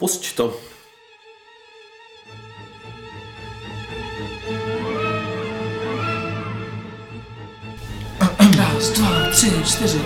Pusť to. Raz, 2, 3, 4.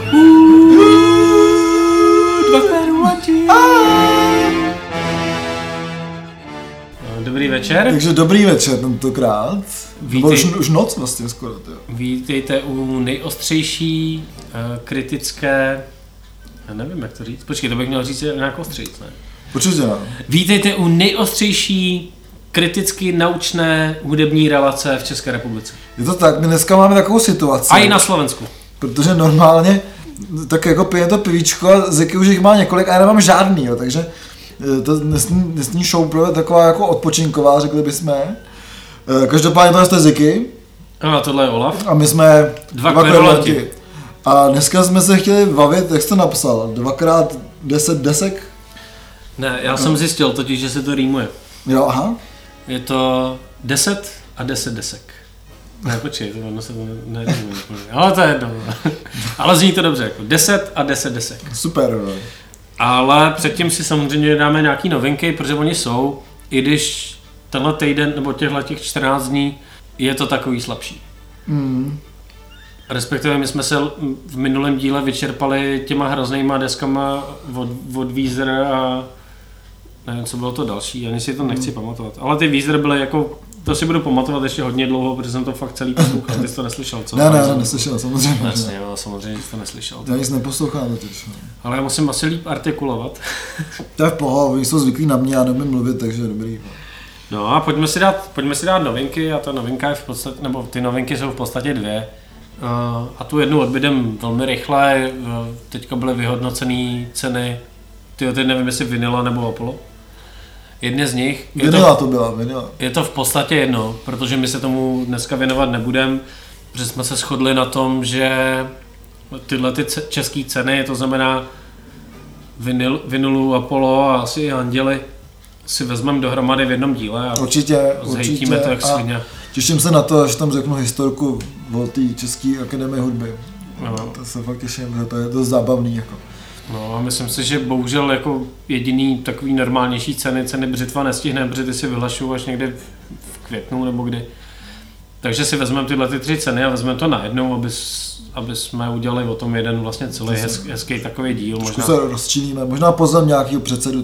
Dobrý večer. Takže dobrý večer tentokrát. Už noc vlastně skoro. Vítejte u nejostřejší kritické... Já nevím, jak to říct. Počkej, to bych měl říct nějak ostřejc, ne? Určitě ne. Vítejte u nejostřejší kriticky naučné hudební relace v České republice. Je to tak, my dneska máme takovou situaci. A i na Slovensku. Protože normálně tak jako pijeme to pivíčko a Ziky už jich má několik a já nemám žádný, jo, takže to dnesní show je taková jako odpočinková, řekli bychom. Každopádně tohle jste Ziky. A tohle je Olaf. A my jsme dva kverulanti. A dneska jsme se chtěli bavit, jak jsi to napsal, 2x10 desek? Ne, já jsem zjistil totiž, že se to rýmuje. Jo, aha. Je to 10 a 10 desek. Ne, počkej, to se to nerýmuje. Ale to je jedno. Ale zní to dobře, jako 10 a 10 desek. Super, jo. Ale předtím si samozřejmě dáme nějaký novinky, protože oni jsou, i když tenhle týden nebo těch 14 dní je to takový slabší. Respektive my jsme se v minulém díle vyčerpali těma hroznýma deskama od Weezer a nevím, co bylo to další, ani si to nechci pamatovat. Ale ty Weezer byly jako, to si budu pamatovat ještě hodně dlouho, protože jsem to fakt celý poslouchal. Ty jsi to neslyšel, co? Ne, neslyšel, samozřejmě. Jasně, jo, samozřejmě jsi to neslyšel. Já nic neposlouchám totiž. Ale já musím asi líp artikulovat. To je v pohodě, oni jsou zvyklí na mě, já nemím mluvit, takže dobrý. No a pojďme si dát novinky a ta novinka je v podstatě, nebo ty novinky jsou v podstatě dvě. A tu jednu odbydem velmi rychle, teďka byly vyhodnocený ceny, teď nevím jestli Vinyla nebo Apollo. Jedny z nich. Vinyla to byla, Vinyla. Je to v podstatě jedno, protože my se tomu dneska věnovat nebudeme, protože jsme se shodli na tom, že tyhle ty české ceny, to znamená Vinylu, Apollo a asi Anděli, si vezmeme dohromady v jednom díle a určitě to jak svině. Těším se na to, až tam řeknu historku o té České akademii hudby. No. To se fakt těším, že to je dost zábavný. Jako. No a myslím si, že bohužel jako jediný takový normálnější ceny břitva nestihne, protože ty si vyhlašují až někdy v květnu nebo kdy. Takže si vezmeme tyhle ty 3 ceny a vezmeme to najednou, aby jsme udělali o tom jeden vlastně celý hezký takový díl. Možná se rozčiníme, možná pozvem nějakého předsedu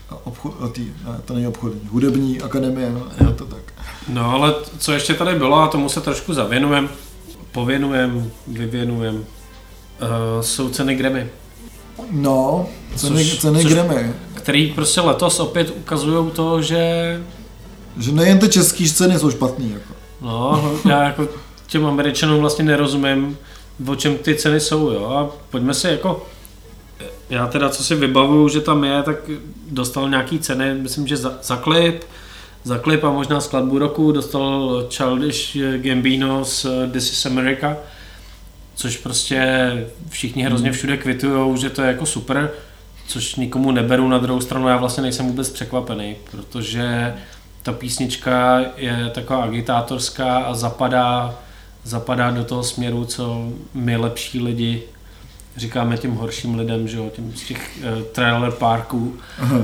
to není obchodní, hudební akademie, no, je to tak. No ale co ještě tady bylo a tomu se trošku vyvěnujeme, jsou ceny Grammy. No, ceny Grammy. Který prostě letos opět ukazují to, že nejen ty český ceny jsou špatný. Jako. No, já jako těm Američanům vlastně nerozumím, o čem ty ceny jsou, jo, a pojďme si jako, já teda co si vybavuju, že tam je, tak dostal nějaký ceny, myslím, že za klip a možná skladbu roku dostal Childish Gambino z This is America, což prostě všichni hrozně všude kvitujou, že to je jako super, což nikomu neberu, na druhou stranu já vlastně nejsem vůbec překvapený, protože ta písnička je taková agitátorská a zapadá do toho směru, co my lepší lidi říkáme těm horším lidem, že jo, těm z těch trailer parků.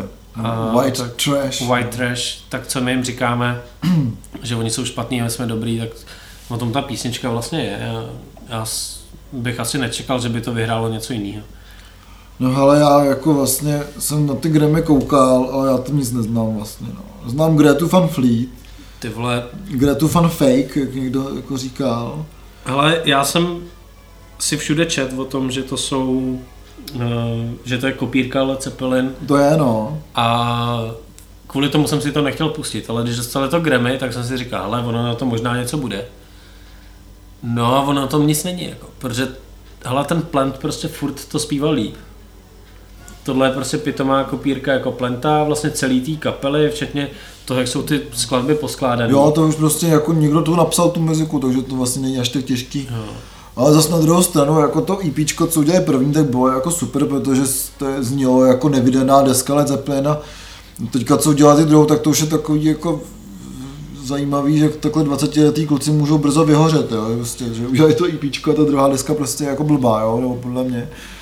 White trash, tak co my jim říkáme, že oni jsou špatní a my jsme dobrý, tak o tom ta písnička vlastně je. Já bych asi nečekal, že by to vyhrálo něco jiného. No ale já jako vlastně jsem na ty Grammy koukal, ale já tam nic neznám vlastně. No. Znám Gretu Van Fleet. Ty vole. Gretu Van Fake, jak někdo jako říkal. Ale já jsem si všude čet o tom, že to jsou, že to je kopírka Led Zeppelin. To je, no. A kvůli tomu jsem si to nechtěl pustit, ale když dostali to Grammy, tak jsem si říkal, hele, ono na to možná něco bude. No a ono na tom nic není, jako, protože hele, ten Plant prostě furt to zpíval líp. Tohle je prostě pitomá kopírka jako Planta, vlastně celý té kapely, včetně toho, jak jsou ty skladby poskládané. Jo, to už prostě jako někdo tu napsal tu muziku, takže to vlastně není až tak těžký. Jo. Ale zase na druhou stranu, jako to EPčko, co udělali první, tak bylo jako super, protože to znělo jako nevydaná deska Led Zeppelina. Teďka co udělali druhou, tak to už je takový jako zajímavý, že takhle 20letý kluci můžou brzo vyhořet, jo, prostě, že udělali to EPčko a ta druhá deska prostě jako blbá, jo, nebo podle mě.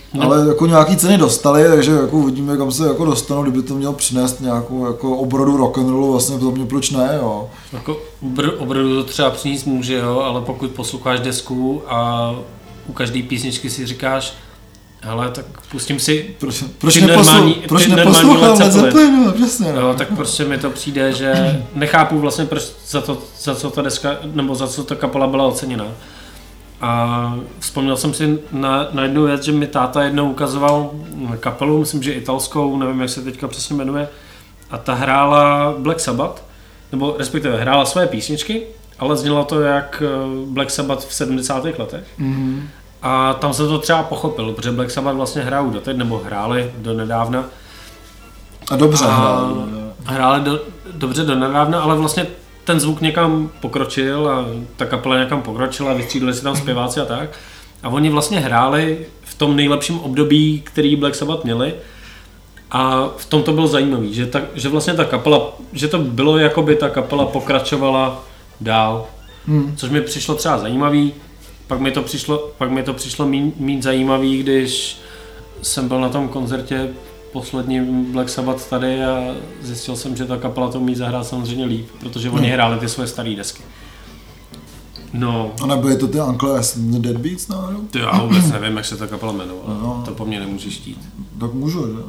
Ale jako nějaký ceny dostali, takže jako uvidíme, kam se jako dostanou, kdyby to mělo přinést nějakou jako obrodu rock'n'rollu, vlastně to mě proč ne, jo. Jako obrodu to třeba přinést může, jo, ale pokud posloucháš desku a u každé písničky si říkáš, hele, tak pustím si proč neposlouchal Led Zeppelin, no, přesně. Jo, tak prostě mi to přijde, že nechápu vlastně, proč za co ta deska, nebo za co ta kapela byla oceněna. A vzpomněl jsem si na jednu věc, že mi táta jednou ukazoval kapelu, myslím, že italskou, nevím, jak se teďka přesně jmenuje, a ta hrála Black Sabbath, nebo respektive hrála své písničky, ale znělo to jak Black Sabbath v 70. letech. Mm-hmm. A tam jsem to třeba pochopil, protože Black Sabbath vlastně hrajou doteď, nebo hráli do nedávna. A dobře hráli dobře do nedávna, ale vlastně ten zvuk někam pokročil a ta kapela někam pokročila, vystřídali se tam zpěváci a tak. A oni vlastně hráli v tom nejlepším období, který Black Sabbath měli. A v tom to bylo zajímavé, že vlastně ta kapela, že to bylo jako by ta kapela pokračovala dál. Což mi přišlo třeba zajímavý. Pak mi to přišlo méně zajímavý, když jsem byl na tom koncertě posledním Black Sabbath tady a zjistil jsem, že ta kapela to umí zahrát samozřejmě líp, protože oni hráli ty svoje staré desky. No. A nebo je to ty Uncle S Deadbeats náhodou? Ty já vůbec nevím, jak se ta kapela jmenovala, no. To po mně nemůžeš chtít. Tak můžu, že?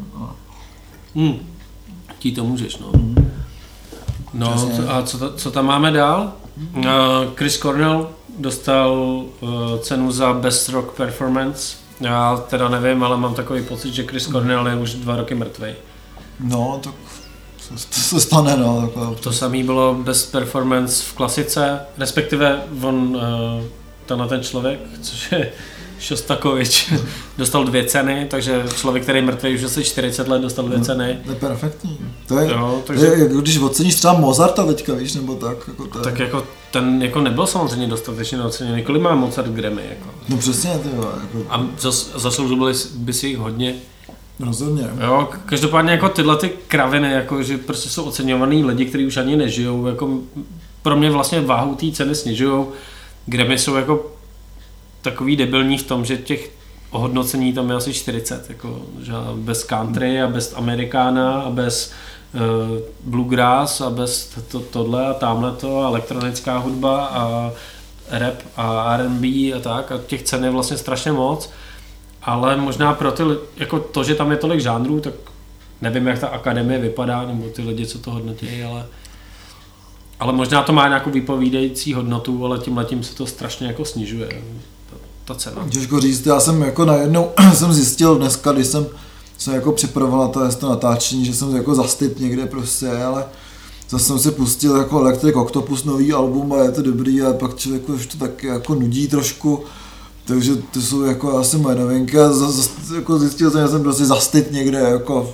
Tí to můžeš, no. No a co tam máme dál? Chris Cornell dostal cenu za Best Rock Performance. Já teda nevím, ale mám takový pocit, že Chris Cornell je už 2 roky mrtvej. No, tak to se stane, no. Takové. To samý bylo Best Performance v klasice, respektive on, ten člověk, což je Šostakovič, dostal 2 ceny, takže člověk, který je mrtvý už asi 40 let, dostal 2 ceny. To je perfektní. To je, když oceníš třeba Mozarta teďka, víš, nebo tak. Jako to je. Tak jako ten jako nebyl samozřejmě dostatečně oceněný. Kolik má Mozart Grammy? Jako? No přesně, ty jo. Jako. A zasloužil by si jich hodně. Rozhodně. Jo, každopádně jako tyhle ty kraviny, jako, že prostě jsou oceňovaný lidi, kteří už ani nežijou, jako pro mě vlastně váhu té ceny snižujou. Grammy jsou jako takový debilní v tom, že těch ohodnocení tam je asi 40, jako, že bez country a bez amerikána a bez bluegrass a bez tohle a tamhleto a elektronická hudba a rap a R&B a tak a těch cen je vlastně strašně moc, ale možná pro ty, jako to, že tam je tolik žánrů, tak nevím, jak ta akademie vypadá, nebo ty lidi, co to hodnotí, ale možná to má nějakou vypovídající hodnotu, ale tímhletím se to strašně jako snižuje. Ta cena. Těžko říct, já jsem jako najednou jsem zjistil dneska, když jsem jako připravoval na to natáčení, že jsem jako zastyp někde prostě, ale zase jsem si pustil jako Electric Octopus nový album a je to dobrý, ale pak člověku už to tak jako nudí trošku, takže to jsou jako asi moje novinky a jako zjistil jsem, že jsem prostě zastyp někde jako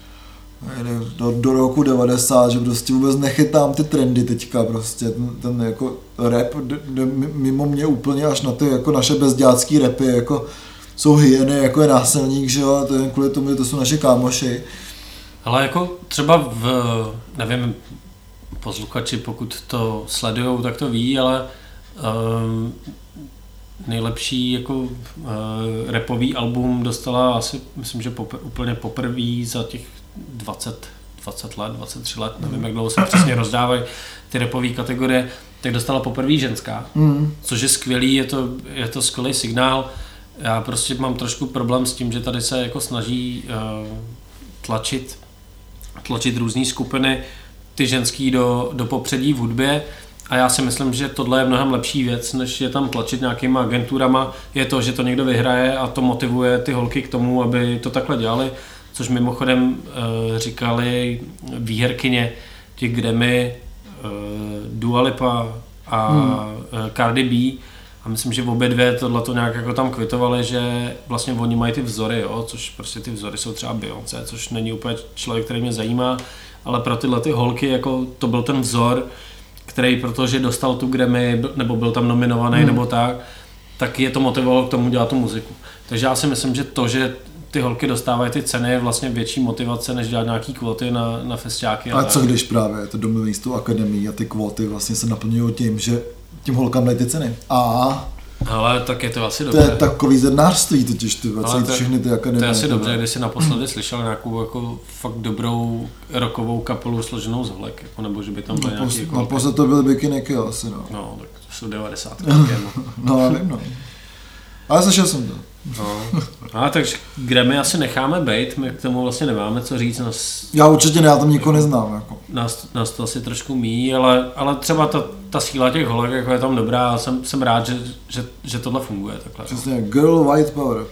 do roku 90, že prostě vůbec nechytám ty trendy teďka prostě, ten jako rap mimo mě úplně až na ty jako naše bezdělácký rapy, jako jsou hyeny, jako je Násilník, že jo, to je kvůli tomu, že to jsou naše kámoši. Ale jako třeba nevím, posluchači, pokud to sledujou, tak to ví, ale nejlepší jako rapový album dostala asi, myslím, že úplně poprvé za těch 20 let, 23 let, nevím, jak dlouho se přesně rozdávají ty rapové kategorie, tak dostala poprvé ženská, což je skvělý, je to skvělý signál. Já prostě mám trošku problém s tím, že tady se jako snaží tlačit různé skupiny, ty ženský do popředí v hudbě a já si myslím, že tohle je mnohem lepší věc, než je tam tlačit nějakýma agenturama, je to, že to někdo vyhraje a to motivuje ty holky k tomu, aby to takhle dělali, což mimochodem říkali výherkyně těch Grammy, Dua Lipa a Cardi B, a myslím, že obě dvě tohleto nějak jako tam kvitovali, že vlastně oni mají ty vzory, jo, což prostě ty vzory jsou třeba Beyoncé, což není úplně člověk, který mě zajímá, ale pro tyhle ty holky jako to byl ten vzor, který protože dostal tu Grammy, nebo byl tam nominovaný nebo tak je to motivovalo k tomu dělat tu muziku. Takže já si myslím, že to, že ty holky dostávají ty ceny, je vlastně větší motivace, než dělat nějaký kvóty na festiáky. A co když právě to domluví s tou akademií a ty kvóty vlastně se naplňují tím, že tím holkám dají ty ceny. A Ale tak je to asi To dobré. je takový zednářství totiž, všechny ty akademie. To je asi dobře, když jsi naposledy slyšel nějakou jako fakt dobrou rockovou kapelu složenou z vlek, jako, nebo že by tam byly nějaký... Naposled to byl Bikini Kill asi, no. No, tak to jsou 90. No, já vím, no. Ale slyšel jsem to. No. A takže Grammy asi necháme bejt, my k tomu vlastně nemáme co říct. Já určitě ne, já tam nikoho neznám. Jako. Nás to asi trošku míjí, ale třeba ta síla těch holek jako je tam dobrá a jsem rád, že tohle funguje takhle. Přesně, girl white power.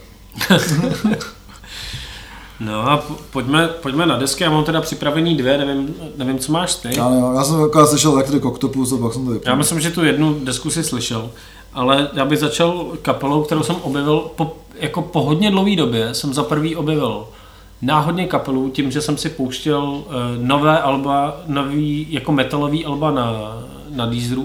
No a pojďme na desky, já mám teda připravený 2, nevím co máš ty. Já jsem jako slyšel Electric Octopus a pak jsem to vypnul. Já myslím, že tu jednu desku si slyšel, ale já bych začal kapelou, kterou jsem objevil po hodně dlouhé době, jsem za prvý objevil náhodně kapelu tím, že jsem si pouštěl nový jako metalový alba na Deezeru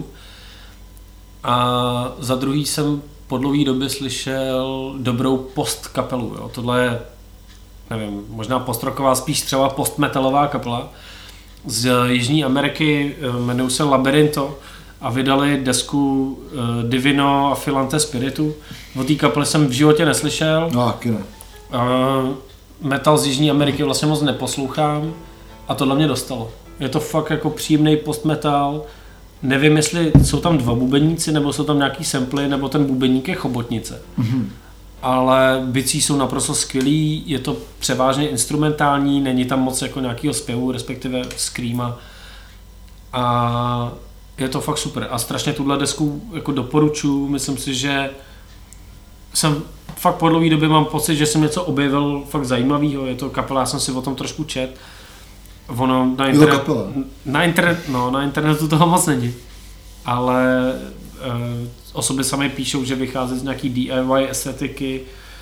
a za druhý jsem po dlouhé době slyšel dobrou post kapelu, jo. Tohle je, nevím, možná postrocková, spíš třeba postmetalová kapela z Jižní Ameriky, jmenují se Labyrinto a vydali desku Divino a Filante Spiritu. O té kapele jsem v životě neslyšel. No, taky ne. Metal z Jižní Ameriky vlastně moc neposlouchám a tohle mě dostalo. Je to fakt jako příjemný postmetal. Nevím, jestli jsou tam 2 bubeníci, nebo jsou tam nějaký samply, nebo ten bubeník je chobotnice. Mm-hmm. Ale bicí jsou naprosto skvělý, je to převážně instrumentální, není tam moc jako nějakého zpěvu, respektive screama. A je to fakt super. A strašně tuhle desku jako doporučuji, myslím si, že jsem fakt po dlouhé době mám pocit, že jsem něco objevil fakt zajímavého. Je to kapela, já jsem si o tom trošku čet. Ono na internetu toho moc není. Ale osoby sami píšou, že vychází z nějaký DIY estetiky.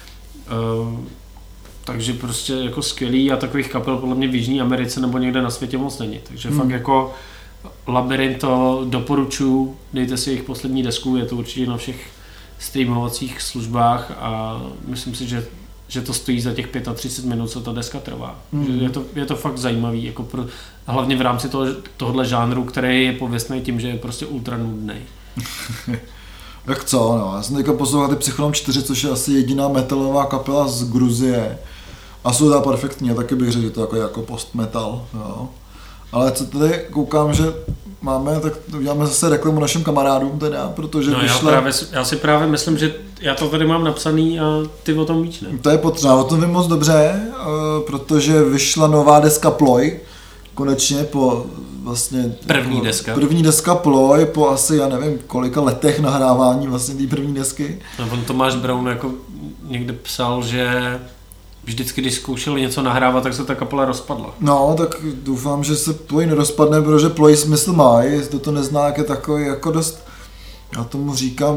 Takže prostě jako skvělý a takových kapel podle mě v Jižní Americe nebo někde na světě moc není. Takže fakt jako Labyrinto doporučuji, dejte si jejich poslední desku, je to určitě na všech streamovacích službách a myslím si, že to stojí za těch 35 minut, co ta deska trvá. Je to fakt zajímavý, jako hlavně v rámci tohohle žánru, který je pověstný tím, že je prostě ultra nudný. Jak co, no. Já jsem teďka poslouchal ty Psychonom 4, což je asi jediná metalová kapela z Gruzie. A jsou teda perfektní, a taky bych řekl, že to jako postmetal. Jo. Ale co tady koukám, že máme, tak uděláme zase reklamu našim kamarádům teda, protože já si právě myslím, že já to tady mám napsaný a ty o tom víš, ne? To je potřeba, o tom vím moc dobře, protože vyšla nová deska Ploy, konečně po vlastně... První deska Ploy po asi, já nevím, kolika letech nahrávání vlastně té první desky. No, on Tomáš Brown jako někde psal, že vždycky, když zkoušeli něco nahrávat, tak se ta kapela rozpadla. No, tak doufám, že se Ploy nerozpadne, protože Ploy smysl má, jestli to nezná, jak je takový jako dost, já tomu říkám,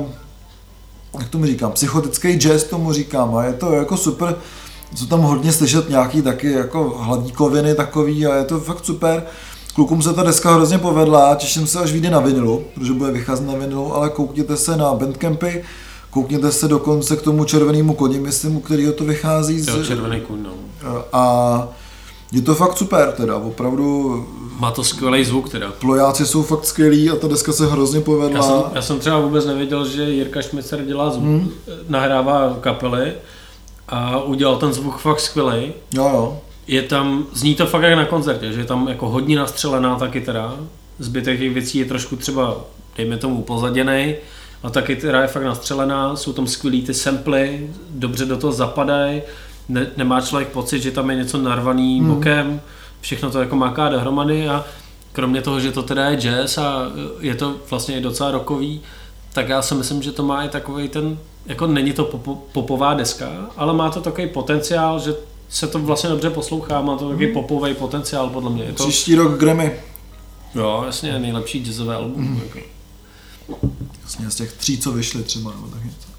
psychotický jazz tomu říkám a je to jako super, jsou tam hodně slyšet nějaký taky jako hladíkoviny takový a je to fakt super. Klukům se ta deska hrozně povedla, těším se, až vyjde na vinilu, protože bude vycházet na vinilu, ale koukněte se na Bandcampy, koukněte se dokonce k tomu Červenému koni, myslím, u kterého to vychází. Červený kůň, no. A je to fakt super teda, opravdu. Má to skvělý zvuk teda. Plojáci jsou fakt skvělí a ta deska se hrozně povedla. Já jsem třeba vůbec nevěděl, že Jirka Šmicer dělá zvuk, nahrává kapely a udělal ten zvuk fakt skvělý. Jo. Zní to fakt jak na koncertě, že je tam jako hodně nastřelená ta kytara, zbytek těch věcí je trošku třeba, dejme tomu, pozaděnej, a ta kytara je fakt nastřelená, jsou tam skvělý ty samply, dobře do toho zapadají, nemá člověk pocit, že tam je něco narvaný bokem, všechno to jako máká dohromady a kromě toho, že to teda je jazz a je to vlastně i docela rockový, tak já si myslím, že to má i takovej ten, jako není to popová deska, ale má to takový potenciál, že se to vlastně dobře poslouchá, má to takový popový potenciál podle mě. Příští rok Grammy. Jo, jasně, nejlepší jazzové album. Jako. Jasně, z těch 3, co vyšly třeba, nebo tak něco.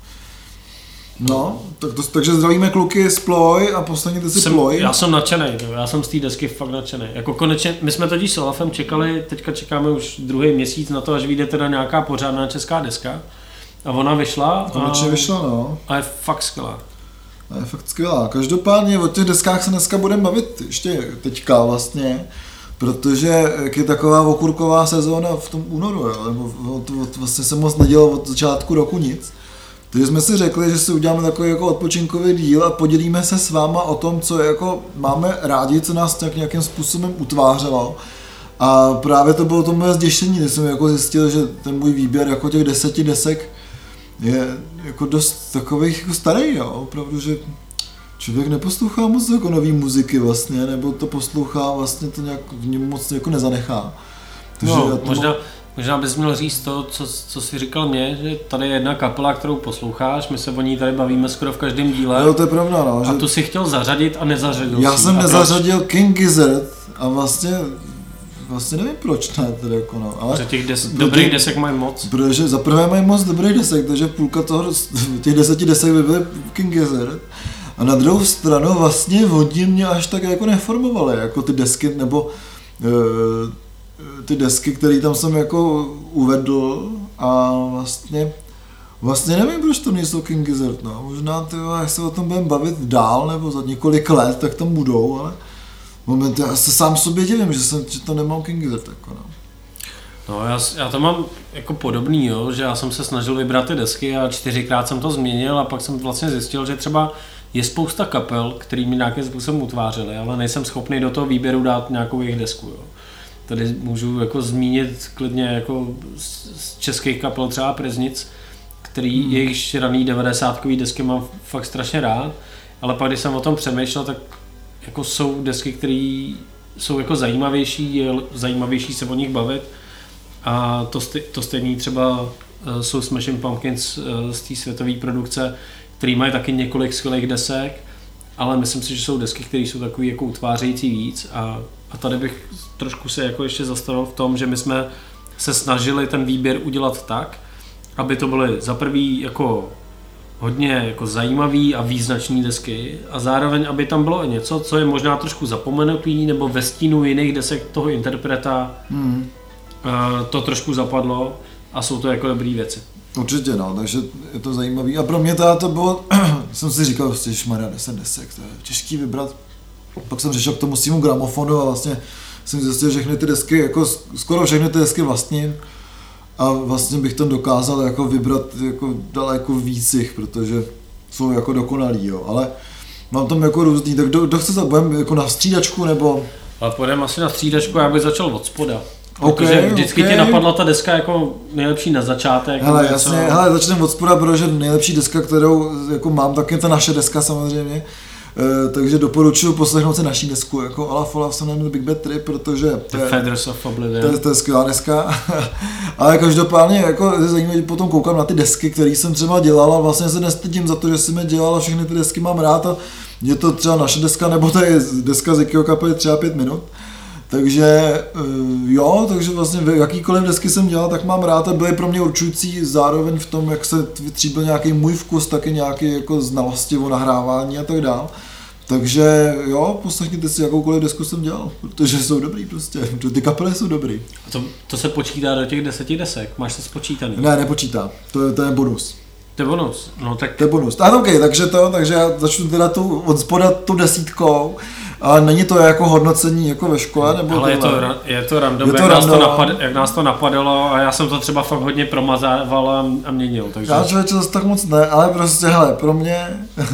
No, takže zdravíme kluky z Ploy a poslechněte si Ploy. Já jsem nadšenej, já jsem z té desky fakt nadšenej. Jako konečně, my jsme totiž s Olafem čekali, teďka čekáme už 2. měsíc na to, až vyjde teda nějaká pořádná česká deska. A ona vyšla. Konečně vyšla, no. A je fakt skvělá. Je fakt skvělá. Každopádně o těch deskách se dneska budeme bavit ještě teďka vlastně, protože je taková okurková sezóna v tom únoru, jo? Nebo vlastně se moc nedělo od začátku roku nic. Takže jsme si řekli, že si uděláme takový jako odpočinkový díl a podělíme se s váma o tom, co jako máme rádi, co nás tak nějakým způsobem utvářelo. A právě to bylo to moje zděšení, když jsem jako zjistil, že ten můj výběr jako těch 10 desek je jako dost takových jako starý, jo, opravdu, že člověk neposlouchá moc jako nový muziky vlastně, nebo to poslouchá vlastně to nějak v něm moc jako nezanechá. Takže no, možná bys měl říct to, co jsi říkal mě, že tady je jedna kapela, kterou posloucháš, my se o ní tady bavíme skoro v každém díle. Jo, to je pravda, no. A tu si chtěl zařadit a nezařadil Já jsem nezařadil King Gizzard a vlastně nevím proč ne, tedy jako no. Ale těch dobrých desek mají moc. Protože za prvé mají moc dobrých desek, takže půlka těch 10 desek by byly King Gizzard. A na druhou stranu vlastně oni mě až tak jako neformovali, jako ty desky, nebo ty desky, které tam jsem jako uvedl a vlastně nevím, proč to nejsou King Gizzard, no. Možná jak se o tom budeme bavit dál, nebo za několik let, tak tam budou, ale moment, já se sám sobě divím, že to nemám King Gizzard, jako no. No já to mám jako podobný, jo, že já jsem se snažil vybrat ty desky a 4krát jsem to změnil a pak jsem vlastně zjistil, že třeba je spousta kapel, který mi nějakým způsobem utvářely, ale nejsem schopný do toho výběru dát nějakou jejich desku, jo. Tady můžu jako zmínit klidně jako z českých kapel třeba Preznic, který jejich raný 90kový desky mám fakt strašně rád, ale pak když jsem o tom přemýšlel, tak jako jsou desky, které jsou jako zajímavější, je zajímavější se o nich bavit a to stejný třeba jsou Smashing Pumpkins z té světové produkce, který mají taky několik skvělých desek, ale myslím si, že jsou desky, které jsou takový jako utvářející víc a tady bych trošku se jako ještě zastavil v tom, že my jsme se snažili ten výběr udělat tak, aby to byly za prvý jako hodně jako zajímavý a význačný desky a zároveň, aby tam bylo i něco, co je možná trošku zapomenutý nebo ve stínu jiných desek toho interpreta to trošku zapadlo a jsou to jako dobrý věci. Určitě, no, takže je to zajímavý. A pro mě to bylo, jsem si říkal, že šmarja 10 desek, to je těžký vybrat. Pak jsem řešil k tomu svýmu gramofonu a vlastně jsem zjistil, že všechny ty desky, jako skoro všechny ty desky vlastním a vlastně bych tam dokázal jako vybrat jako daleko víc jich, protože jsou jako dokonalý, jo, ale mám tam jako různý, tak kdo chce budeme jako na střídačku nebo? Ale půjdeme asi na střídačku, já bych začal od spoda. Protože vždycky ti napadla ta deska jako nejlepší na začátek. Hele, jasně, hele, začneme od spoda, protože nejlepší deska, kterou jako mám, tak je ta naše deska samozřejmě. Takže doporučuji poslechnout si naší desku, jako Ala Fall of the Big Bad Trip, protože The Feathers of Oblivion. To je skvělá deska. Ale každopádně jako je zajímavé, potom koukám na ty desky, které jsem třeba dělal a vlastně se nestydím za to, že jsem je dělal a všechny ty desky mám rád a je to třeba naše deska, nebo to je deska z jakého kapely třeba 5 minut. Takže jo, takže vlastně jakýkoliv desky jsem dělal, tak mám rád a byly pro mě určující zároveň v tom, jak se vytříbil nějaký můj vkus, taky nějaký jako znalosti o nahrávání a tak dál. Takže jo, poslechněte si jakoukoliv desku jsem dělal, protože jsou dobrý prostě, ty kapely jsou dobrý. A to se počítá do těch 10 desek, máš to spočítaný? Ne, nepočítá, to je bonus. To je bonus, no tak... To je bonus, takže já začnu teda od spoda tu desítkou, ale není to jako hodnocení jako ve škole, nebo... Ale je to random, jak nás to napadalo a já jsem to třeba fakt hodně promazával a měnil, takže... Já člověče zase tak moc ne, ale prostě hele, pro mě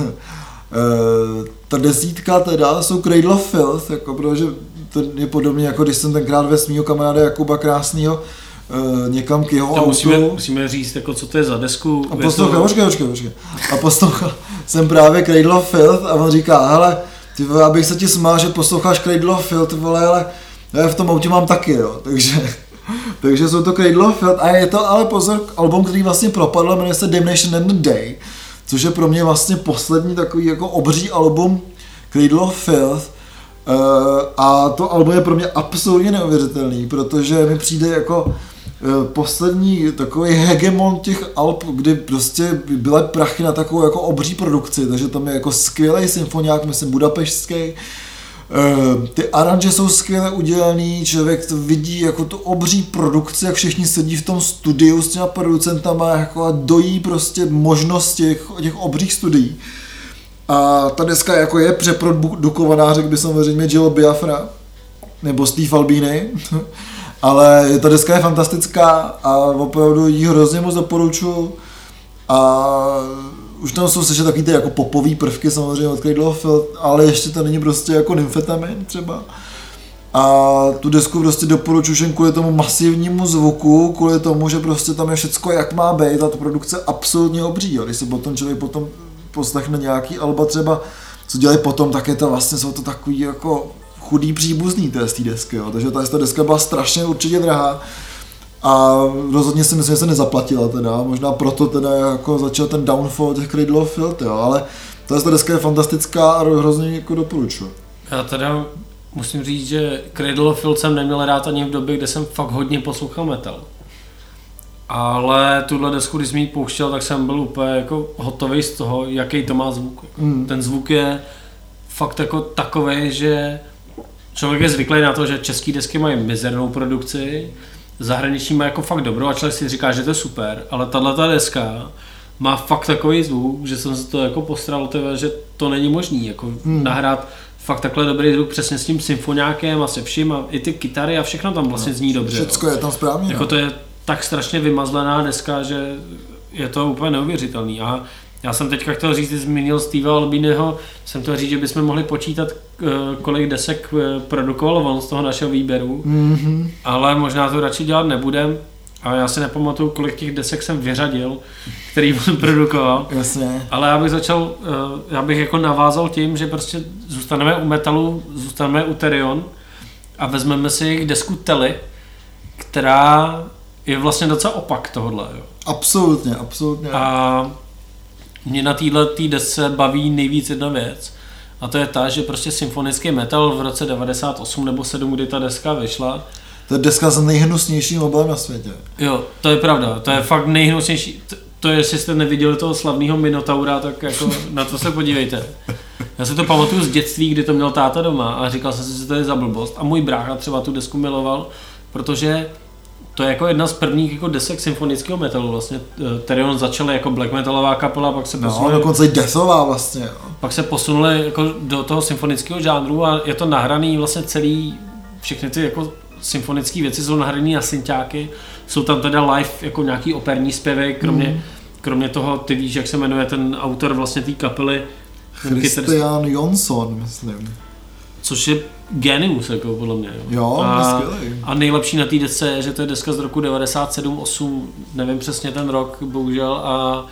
ta desítka teda jsou Cradle of Filth, jako protože to je podobně jako když jsem tenkrát ve mýho kamaráda Jakuba Krásnýho někam k jeho autu. Musíme říct, jako, co to je za desku. A počkej. A poslouchal jsem právě Cradle of Filth a on říká, hele, ty vole, abych se ti smál, že posloucháš Cradle of Filth, vole, ale já v tom autě mám taky, jo, takže jsou to Cradle of Filth a je to ale pozor, album, který vlastně propadl, jmenuje se Damnation and the Day, což je pro mě vlastně poslední takový jako obří album Cradle of Filth. A to album je pro mě absolutně neuvěřitelný, protože mi přijde jako poslední takový hegemon těch alb, kdy prostě byly prachy na takovou jako obří produkci, takže tam je jako skvělý symfoniák, myslím budapešťský. Ty aranže jsou skvěle udělaný, člověk to vidí jako tu obří produkci, jak všichni sedí v tom studiu s těma producentama jako a dojí prostě možnosti těch obřích studií. A ta deska jako je přeprodukovaná, řekl by samozřejmě Gillo Biafra nebo Steve Albini, ale ta deska je fantastická a opravdu ji hrozně moc doporučuji A už tam jsou slyšet takový ty jako popový prvky samozřejmě od Cradle of Filth, ale ještě to není prostě jako nymfetamin třeba. A tu desku prostě doporučuji už jen kvůli tomu masivnímu zvuku, kvůli tomu, že prostě tam je všecko jak má být a ta produkce absolutně obří. Když se potom člověk potom poslechne nějaký alba třeba, co dělají potom, tak je to vlastně, jsou to takový jako chudý příbuzný té desky, jo. Takže ta deska byla strašně určitě drahá. A rozhodně si myslím, že se nezaplatila teda, možná proto teda jako začal ten downfall těch Cradle of Filth, jo, ale ta deska je fantastická a hrozně jako doporučuji. Já teda musím říct, že Cradle of Filth jsem neměl rád ani v době, kde jsem fakt hodně poslouchal metal. Ale tuhle desku, když jsem ji pouštěl, tak jsem byl úplně jako hotový z toho, jaký to má zvuk. Ten zvuk je fakt jako takovej, že člověk je zvyklý na to, že české desky mají mizernou produkci, zahraniční má jako fakt dobrou a člověk si říká, že to je super, ale tato deska má fakt takový zvuk, že jsem se to jako postral, že to není možný, jako nahrát fakt takhle dobrý zvuk přesně s tím symfoniákem a se vším a i ty kytary a všechno tam vlastně zní dobře. Všecko je tam správně. Jako to je tak strašně vymazlená deska, že je to úplně neuvěřitelný. A já jsem teďka chtěl říct, zmínil Steva Albiniho, jsem chtěl říct, že bychom mohli počítat, kolik desek produkoval on z toho našeho výběru, ale možná to radši dělat nebudem. A já si nepamatuju, kolik těch desek jsem vyřadil, který on produkoval. Jasně. Ale já bych jako navázal tím, že prostě zůstaneme u metalu, zůstaneme u Therion a vezmeme si jejich desku Telly, která je vlastně docela opak tohodle. Jo. Absolutně. A mě na této desce baví nejvíc jedna věc. A to je ta, že prostě symfonický metal v roce 98 nebo 7, kdy ta deska vyšla. To je deska s nejhnusnějším obalem na světě. Jo, to je pravda. To je fakt nejhnusnější. To je, jestli jste neviděli toho slavného Minotaura, tak jako na to se podívejte. Já si to pamatuju z dětství, kdy to měl táta doma a říkal jsem si, že to je za blbost. A můj brácha třeba tu desku miloval, protože to je jako jedna z prvních jako desek symfonického metalu vlastně. Therion začaly jako black metalová kapela, pak se posunuli... No, dokonce i deathová vlastně. Jo. Pak se posunuli jako do toho symfonického žánru a je to nahraný vlastně celý, všechny ty jako symfonické věci jsou nahraný na synťáky, jsou tam teda live jako nějaký operní zpěvy, kromě toho, ty víš, jak se jmenuje ten autor vlastně té kapely. Christian Jonsson, myslím. Což je genius, jako podle mě. Jo, a nejlepší na té desce je, že to je deska z roku 97-8, nevím přesně ten rok, bohužel, a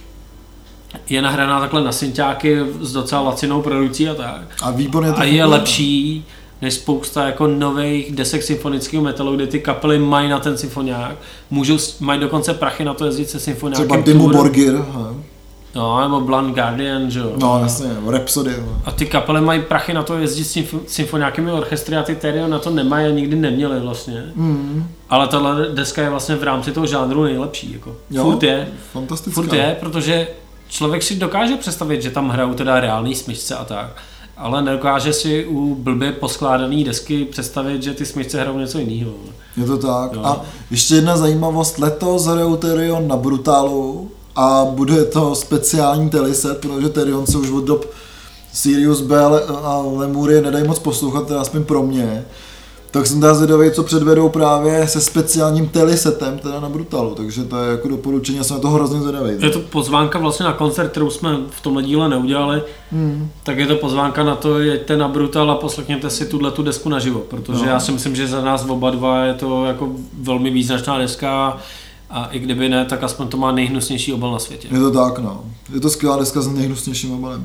je nahraná takhle na synťáky s docela lacinou produkcí a tak. A výborně to a je lepší než spousta jako nových desek symfonického metalu, kde ty kapely mají na ten symfoniák, mají dokonce prachy na to jezdit se symfoniákem. Třeba Dimmu Borgir. No, nebo Blind Guardian, že jo. No, jasně, Rhapsody. A ty kapely mají prachy na to jezdit s symfoniákými orchestry a ty Therion na to nemají a nikdy neměli vlastně. Ale tahle deska je vlastně v rámci toho žánru nejlepší, jako. Jo, furt je. Fantastická. Furt je, protože člověk si dokáže představit, že tam hrajou teda reální smyčce a tak. Ale nedokáže si u blbě poskládaný desky představit, že ty smyčce hrajou něco jiného. Je to tak. Jo. A ještě jedna zajímavost, letos hrajou Therion na Brutalu a bude to speciální teleset, protože Therion se už od dob Sirius Bell a Lemurie nedají moc poslouchat, teda aspoň pro mě. Tak jsem teda zvědavý, co předvedou právě se speciálním telesetem teda na Brutalu, takže to je jako doporučení, já jsem na to hrozně zvědavý. Je to pozvánka vlastně na koncert, kterou jsme v tomhle díle neudělali, tak je to pozvánka na to, jeďte na Brutal a poslechněte si tu desku naživo, protože já si myslím, že za nás oba dva je to jako velmi význačná deska a i kdyby ne, tak aspoň to má nejhnusnější obal na světě. Je to tak, no. Je to skvělá deska s nejhnusnějším obalem.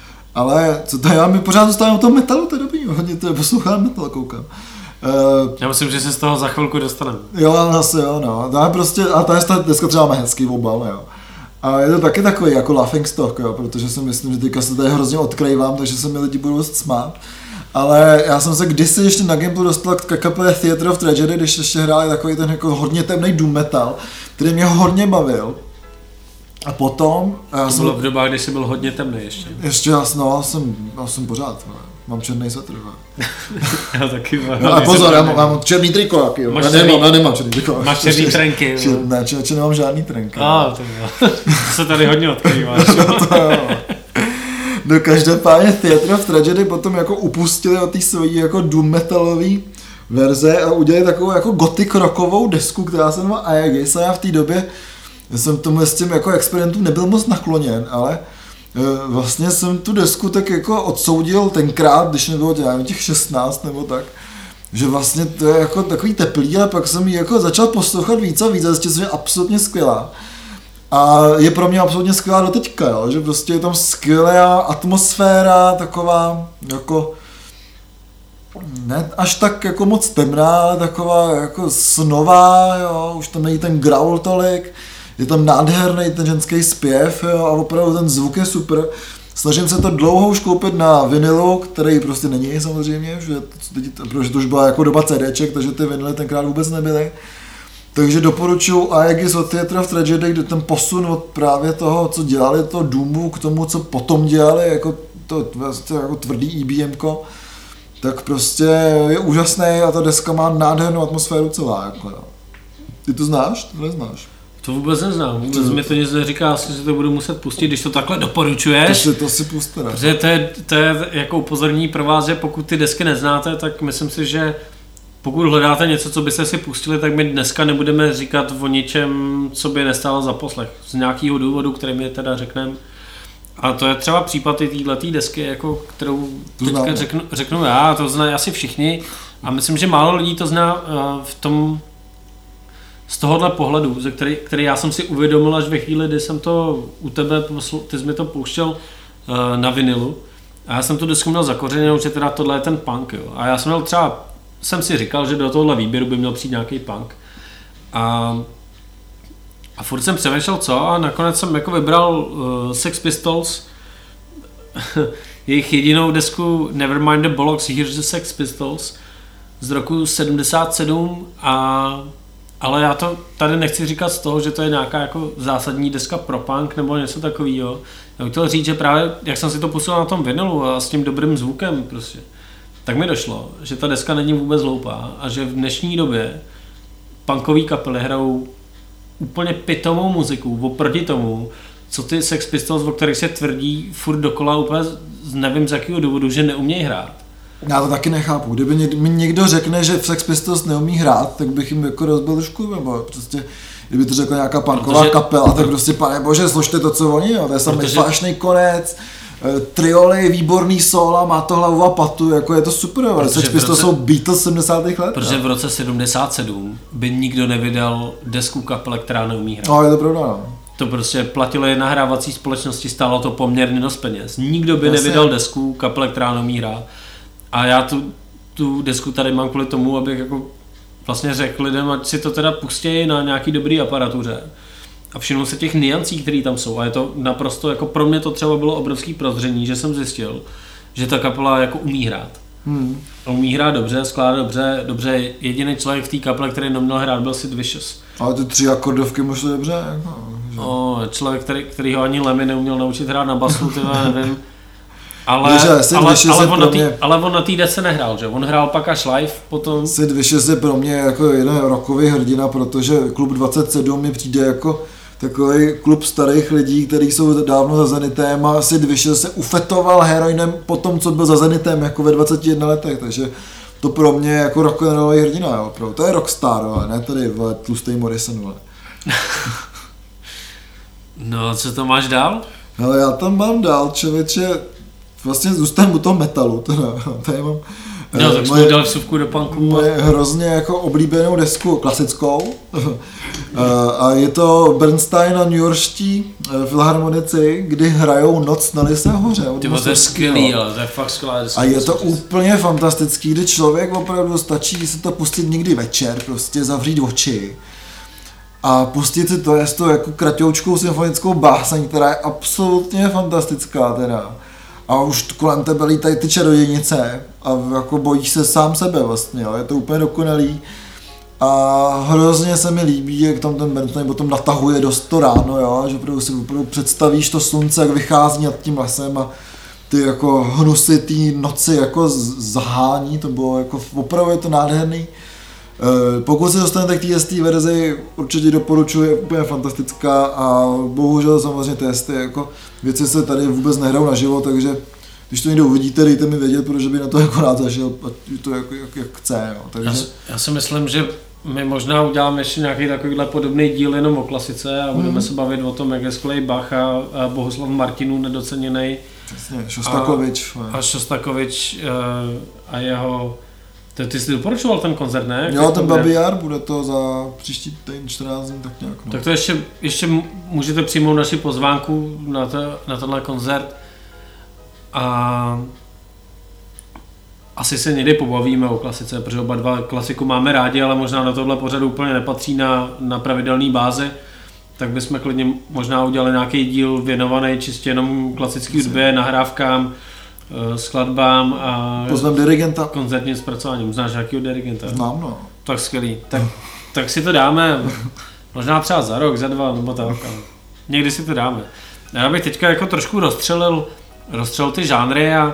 Ale co to já, my pořád zůstáváme o tom metalu, to je dobrý, hodně to poslouchám metal, koukám. Já myslím, že se z toho za chvilku dostaneme. Jo, asi jo, no. A ta deska třeba má hezký obal, jo. A je to taky takový jako laughing stock, jo, protože si myslím, že teďka se tady hrozně odkrývám, takže se mi lidi budou smát. Ale já jsem se kdysi ještě na Gimplu dostal k kapele Theatre of Tragedy, když ještě hráli takový ten jako hodně temný doom metal, který mě hodně bavil. A potom... To bylo v dobách, kdy jsi byl hodně temný ještě. Ještě jsem pořád, mám černý svetr. Já taky mám. No a pozor, já mám černý triko, jaký, jo. Já nemám černý triko. Máš černý trenky. Ne, nemám žádný trenky. To se tady hodně odkrýváš. No každopádně Theatre of Tragedy potom jako upustili od té svojí jako doom metalový verze a udělali takovou jako gothic rockovou desku, která se jmenuje Aegis, a já v té době Já jsem tomu s tím jako experimentům nebyl moc nakloněn, ale vlastně jsem tu desku tak jako odsoudil tenkrát, když nebylo těch 16 nebo tak, že vlastně to je jako takový teplý, ale pak jsem ji jako začal poslouchat víc a víc a zjistil jsem, že je absolutně skvělá. A je pro mě absolutně skvělá do teďka, jo? Že prostě je tam skvělá atmosféra, taková jako ne až tak jako moc temná, ale taková jako snová, jo? Už tam není ten growl tolik, je tam nádherný ten ženský zpěv, jo? A opravdu ten zvuk je super. Snažím se to dlouho už koupit na vinilu, který prostě není samozřejmě, protože to už byla jako doba CDček, takže ty vinily tenkrát vůbec nebyly. Takže doporučuji Aegis od Theatre of Tragedy, kde ten posun od právě toho, co dělali to Doomu, k tomu, co potom dělali, jako to vlastně jako tvrdý EBMko, tak prostě je úžasný a ta deska má nádhernou atmosféru celá. Jako, no. Ty to znáš? To neznáš? To vůbec neznám, vůbec mi to nic neříká, asi si to budu muset pustit, když to takhle doporučuješ. To si puste, ne? Protože to je jako upozornění pro vás, že pokud ty desky neznáte, tak myslím si, že pokud hledáte něco, co byste si pustili, tak my dneska nebudeme říkat o ničem, co by nestálo za poslech. Z nějakého důvodu, který mi teda řekneme. A to je třeba případ i této desky, jako, kterou teďka řeknu já, to znají asi všichni. A myslím, že málo lidí to zná z tohohle pohledu, který já jsem si uvědomil až ve chvíli, kdy jsem to u tebe, ty jsi mi to pouštěl na vinilu. A já jsem tu desku měl zakořeněnou, že teda tohle je ten punk. Jo. A já jsem si říkal, že do tohohle výběru by měl přijít nějaký punk. A furt jsem přemýšlel co a nakonec jsem jako vybral Sex Pistols, jejich jedinou desku Nevermind the Bollocks, Here's the Sex Pistols z roku 77 ale já to tady nechci říkat z toho, že to je nějaká jako zásadní deska pro punk nebo něco takového. Já bych chtěl říct, že právě jak jsem si to pustil na tom vinilu a s tím dobrým zvukem prostě, tak mi došlo, že ta deska není vůbec hloupá a že v dnešní době punkové kapely hrajou úplně pitomou muziku oproti tomu, co ty Sex Pistols, o kterých se tvrdí furt dokola úplně nevím z jakého důvodu, že neumějí hrát. Já to taky nechápu. Kdyby mi někdo řekne, že v Sex Pistols neumí hrát, tak bych jim jako rozbil trošku, nebo prostě kdyby to řekla nějaká punková kapela, tak prostě pane bože, složte to, co oni, jo. To je samý flášnej konec, trioly, výborný sóla, má to hlavu a patu, jako je to super, Sex Pistols jsou Beatles 70. let. Protože v roce 77 by nikdo nevydal desku kapele, která neumí hrát. No, je to pravda, no. To prostě platily nahrávací společnosti, stálo to poměrně dost peněz. Nikdo by nevydal desku kapele, která neumí hrát. A já tu desku tady mám kvůli tomu, abych jako vlastně řekl lidem, ať si to teda pustí na nějaký dobrý aparatuře a všimnou se těch niancí, které tam jsou. A je to naprosto, jako pro mě to třeba bylo obrovský prozření, že jsem zjistil, že ta kapela jako umí hrát. A umí hrát dobře, skládá dobře. Jediný člověk v té kapele, který neměl hrát, byl Sid Vicious. Ale ty 3 akordovky možná dobře, jako, že... Člověk, který ho ani Lemmy neuměl naučit hrát na basu, nevím. Ale on na té desce nehrál, že? On hrál pak až live potom. Sid Vicious je pro mě jako jeden rockový hrdina, protože Klub 27 mi přijde jako takový klub starých lidí, kteří jsou dávno za Zenitem a Sid Vicious se ufetoval heroinem po tom, co byl za Zenitem jako ve 21 letech, takže to pro mě jako rock'n'rollový hrdina, jo, opravdu. To je rockstar, ale ne tady tlustý Morrison, ale. No, co to máš dál? Ale já tam mám dál, člověče, vlastně zůstanu u toho metalu, tady mám tak jsme dali vsuvku do punku. Moje hrozně jako oblíbenou desku, klasickou. A je to Bernstein a newyorští filharmonici, kdy hrajou Noc na Lysé hoře. To je skvělý, ale to je fakt skvělá deska. A je to úplně fantastický, kdy člověk opravdu stačí se to pustit někdy večer, prostě zavřít oči a pustit si to, je to jako kratoučkou symfonickou báseň, která je absolutně fantastická teda. A už kolem tebe lítají ty čarodějnice a jako bojíš se sám sebe vlastně, jo. Je to úplně dokonalý. A hrozně se mi líbí, jak tam ten Bernstein potom natahuje dost to ráno, jo, že si opravdu představíš to slunce, jak vychází nad tím lesem a ty jako hnusy té noci jako zahání, to bylo jako opravdu je to nádherný. Pokud se dostanete k té verzi, určitě doporučuji, je úplně fantastická a bohužel samozřejmě testy, jako věci se tady vůbec nehrajou naživo, takže když to někdo uvidíte, dejte mi vědět, protože by na to jako rád zažil, ať to jak chce. Jo. Takže... Já si myslím, že my možná uděláme ještě nějaký takovýhle podobný díl jenom o klasice a budeme se bavit o tom, jak je skvělý Bach a Bohuslav Martinů nedoceněný. Přesně, Šostakovič. A Šostakovič a jeho... Ty jsi doporučoval ten koncert, ne? Jo, ten Babi Jar, bude to za příští týden 14 dní, tak nějak. No. Tak to ještě můžete přijmout naši pozvánku na tenhle koncert a asi se někdy pobavíme o klasice, protože oba dva klasiku máme rádi, ale možná do tohle pořadu úplně nepatří na pravidelné bázi, tak bychom klidně možná udělali nějaký díl věnovaný čistě jenom klasický hudbě, nahrávkám, skladbám a pozvem dirigenta. Koncertním zpracováním. Znáš nějakýho dirigenta? Znám, no. Tak skvělý. Tak si to dáme, možná třeba za rok, za 2 nebo tak. Někdy si to dáme. Já bych teďka jako trošku rozstřelil ty žánry a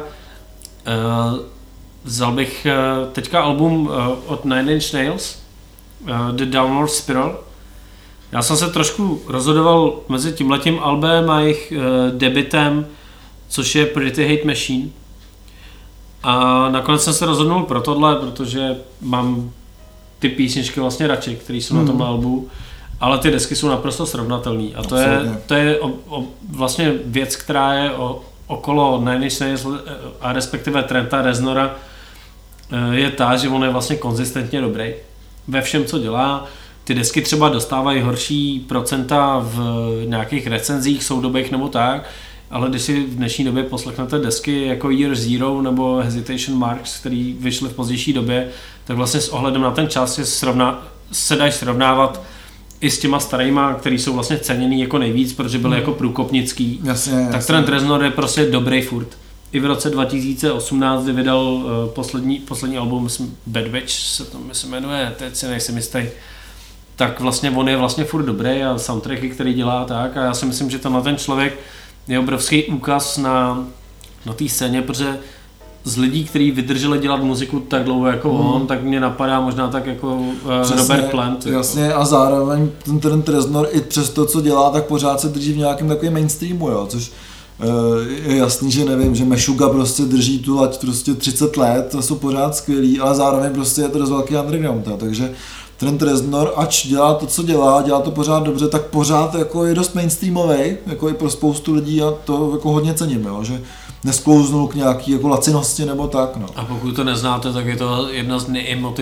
vzal bych teďka album od Nine Inch Nails, The Downward Spiral. Já jsem se trošku rozhodoval mezi tímhletím albem a jejich debutem, což je Pretty Hate Machine. A nakonec jsem se rozhodnul pro tohle, protože mám ty písničky vlastně radši, které jsou na tom albu, ale ty desky jsou naprosto srovnatelné. A to je vlastně věc, která je okolo Nine Inch Nails a respektive Trenta Reznora, je ta, že on je vlastně konzistentně dobrý ve všem, co dělá. Ty desky třeba dostávají horší procenta v nějakých recenzích soudobých nebo tak, ale když si v dnešní době poslechnete desky jako Year Zero nebo Hesitation Marks, který vyšly v pozdější době, tak vlastně s ohledem na ten čas se dají srovnávat i s těma starýma, který jsou vlastně ceněný jako nejvíc, protože byly jako průkopnický. Jasně. Tak Trent Reznor je prostě dobrý furt. I v roce 2018, kdy vydal poslední album, myslím, Bad Witch se to jmenuje, teď si nejsem jistý, tak vlastně on je vlastně furt dobrý a soundtracky, který dělá tak, a já si myslím, že ten člověk je obrovský úkaz na té scéně, protože z lidí, kteří vydrželi dělat muziku tak dlouho jako on, tak mě napadá možná tak jako Robert Plant. Jasně, jako. A zároveň ten Trent Reznor i přes to, co dělá, tak pořád se drží v nějakém takovém mainstreamu, jo, což je jasný, že nevím, že Meshuggah prostě drží tu lať prostě 30 let, to jsou pořád skvělí, ale zároveň prostě je to dost velký underground, takže Trent Reznor, ač dělá to, co dělá to pořád dobře, tak pořád jako je dost mainstreamový, jako i pro spoustu lidí, a to jako hodně cením, jo, že nesklouznul k nějaký jako lacinosti nebo tak, no. A pokud to neznáte, tak je to jedna z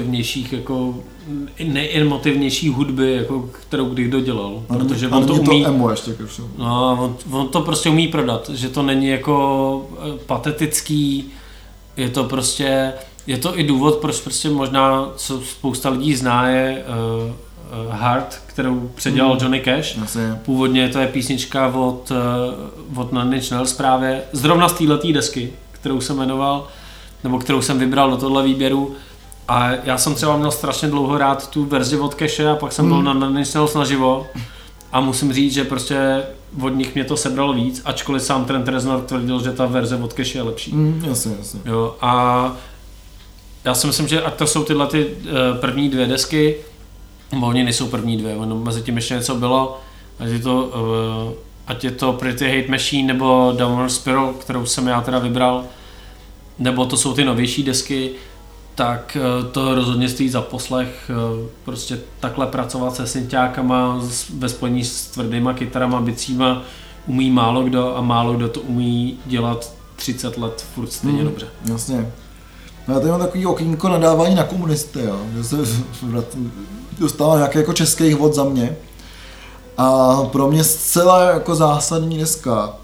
nejemotivnější hudby, jako, kterou kdy kdo dělal, protože on to umí. To emo ještě ke všemu. No, on to prostě umí prodat, že to není jako patetický, je to prostě. Je to i důvod, proč prostě možná, co spousta lidí zná, je Heart, kterou předělal Johnny Cash. Původně to je písnička od Nine Inch Nails právě, zrovna z této desky, kterou jsem jmenoval, nebo kterou jsem vybral do tohle výběru. A já jsem třeba měl strašně dlouho rád tu verzi od Cashe a pak jsem byl na Nine Inch Nails naživo. A musím říct, že prostě od nich mě to sebralo víc, ačkoliv sám Trent Reznor tvrdil, že ta verze od Cashe je lepší. Jasně. Jo, a já si myslím, že ať to jsou tyhle první 2 desky, oni nejsou první 2, ono mezi tím ještě něco bylo, ať je to Pretty Hate Machine nebo Downward Spiral, kterou jsem já teda vybral, nebo to jsou ty novější desky, tak to rozhodně stojí za poslech, prostě takhle pracovat se synťákama ve spojení s tvrdýma kytarama, bicíma umí málo kdo a málo kdo to umí dělat 30 let furt stejně dobře. Jasně. Já tady mám takový okýnko nadávání na komunisty, jo, že se dostává nějaký jako českých vod za mě. A pro mě zcela jako zásadní dneska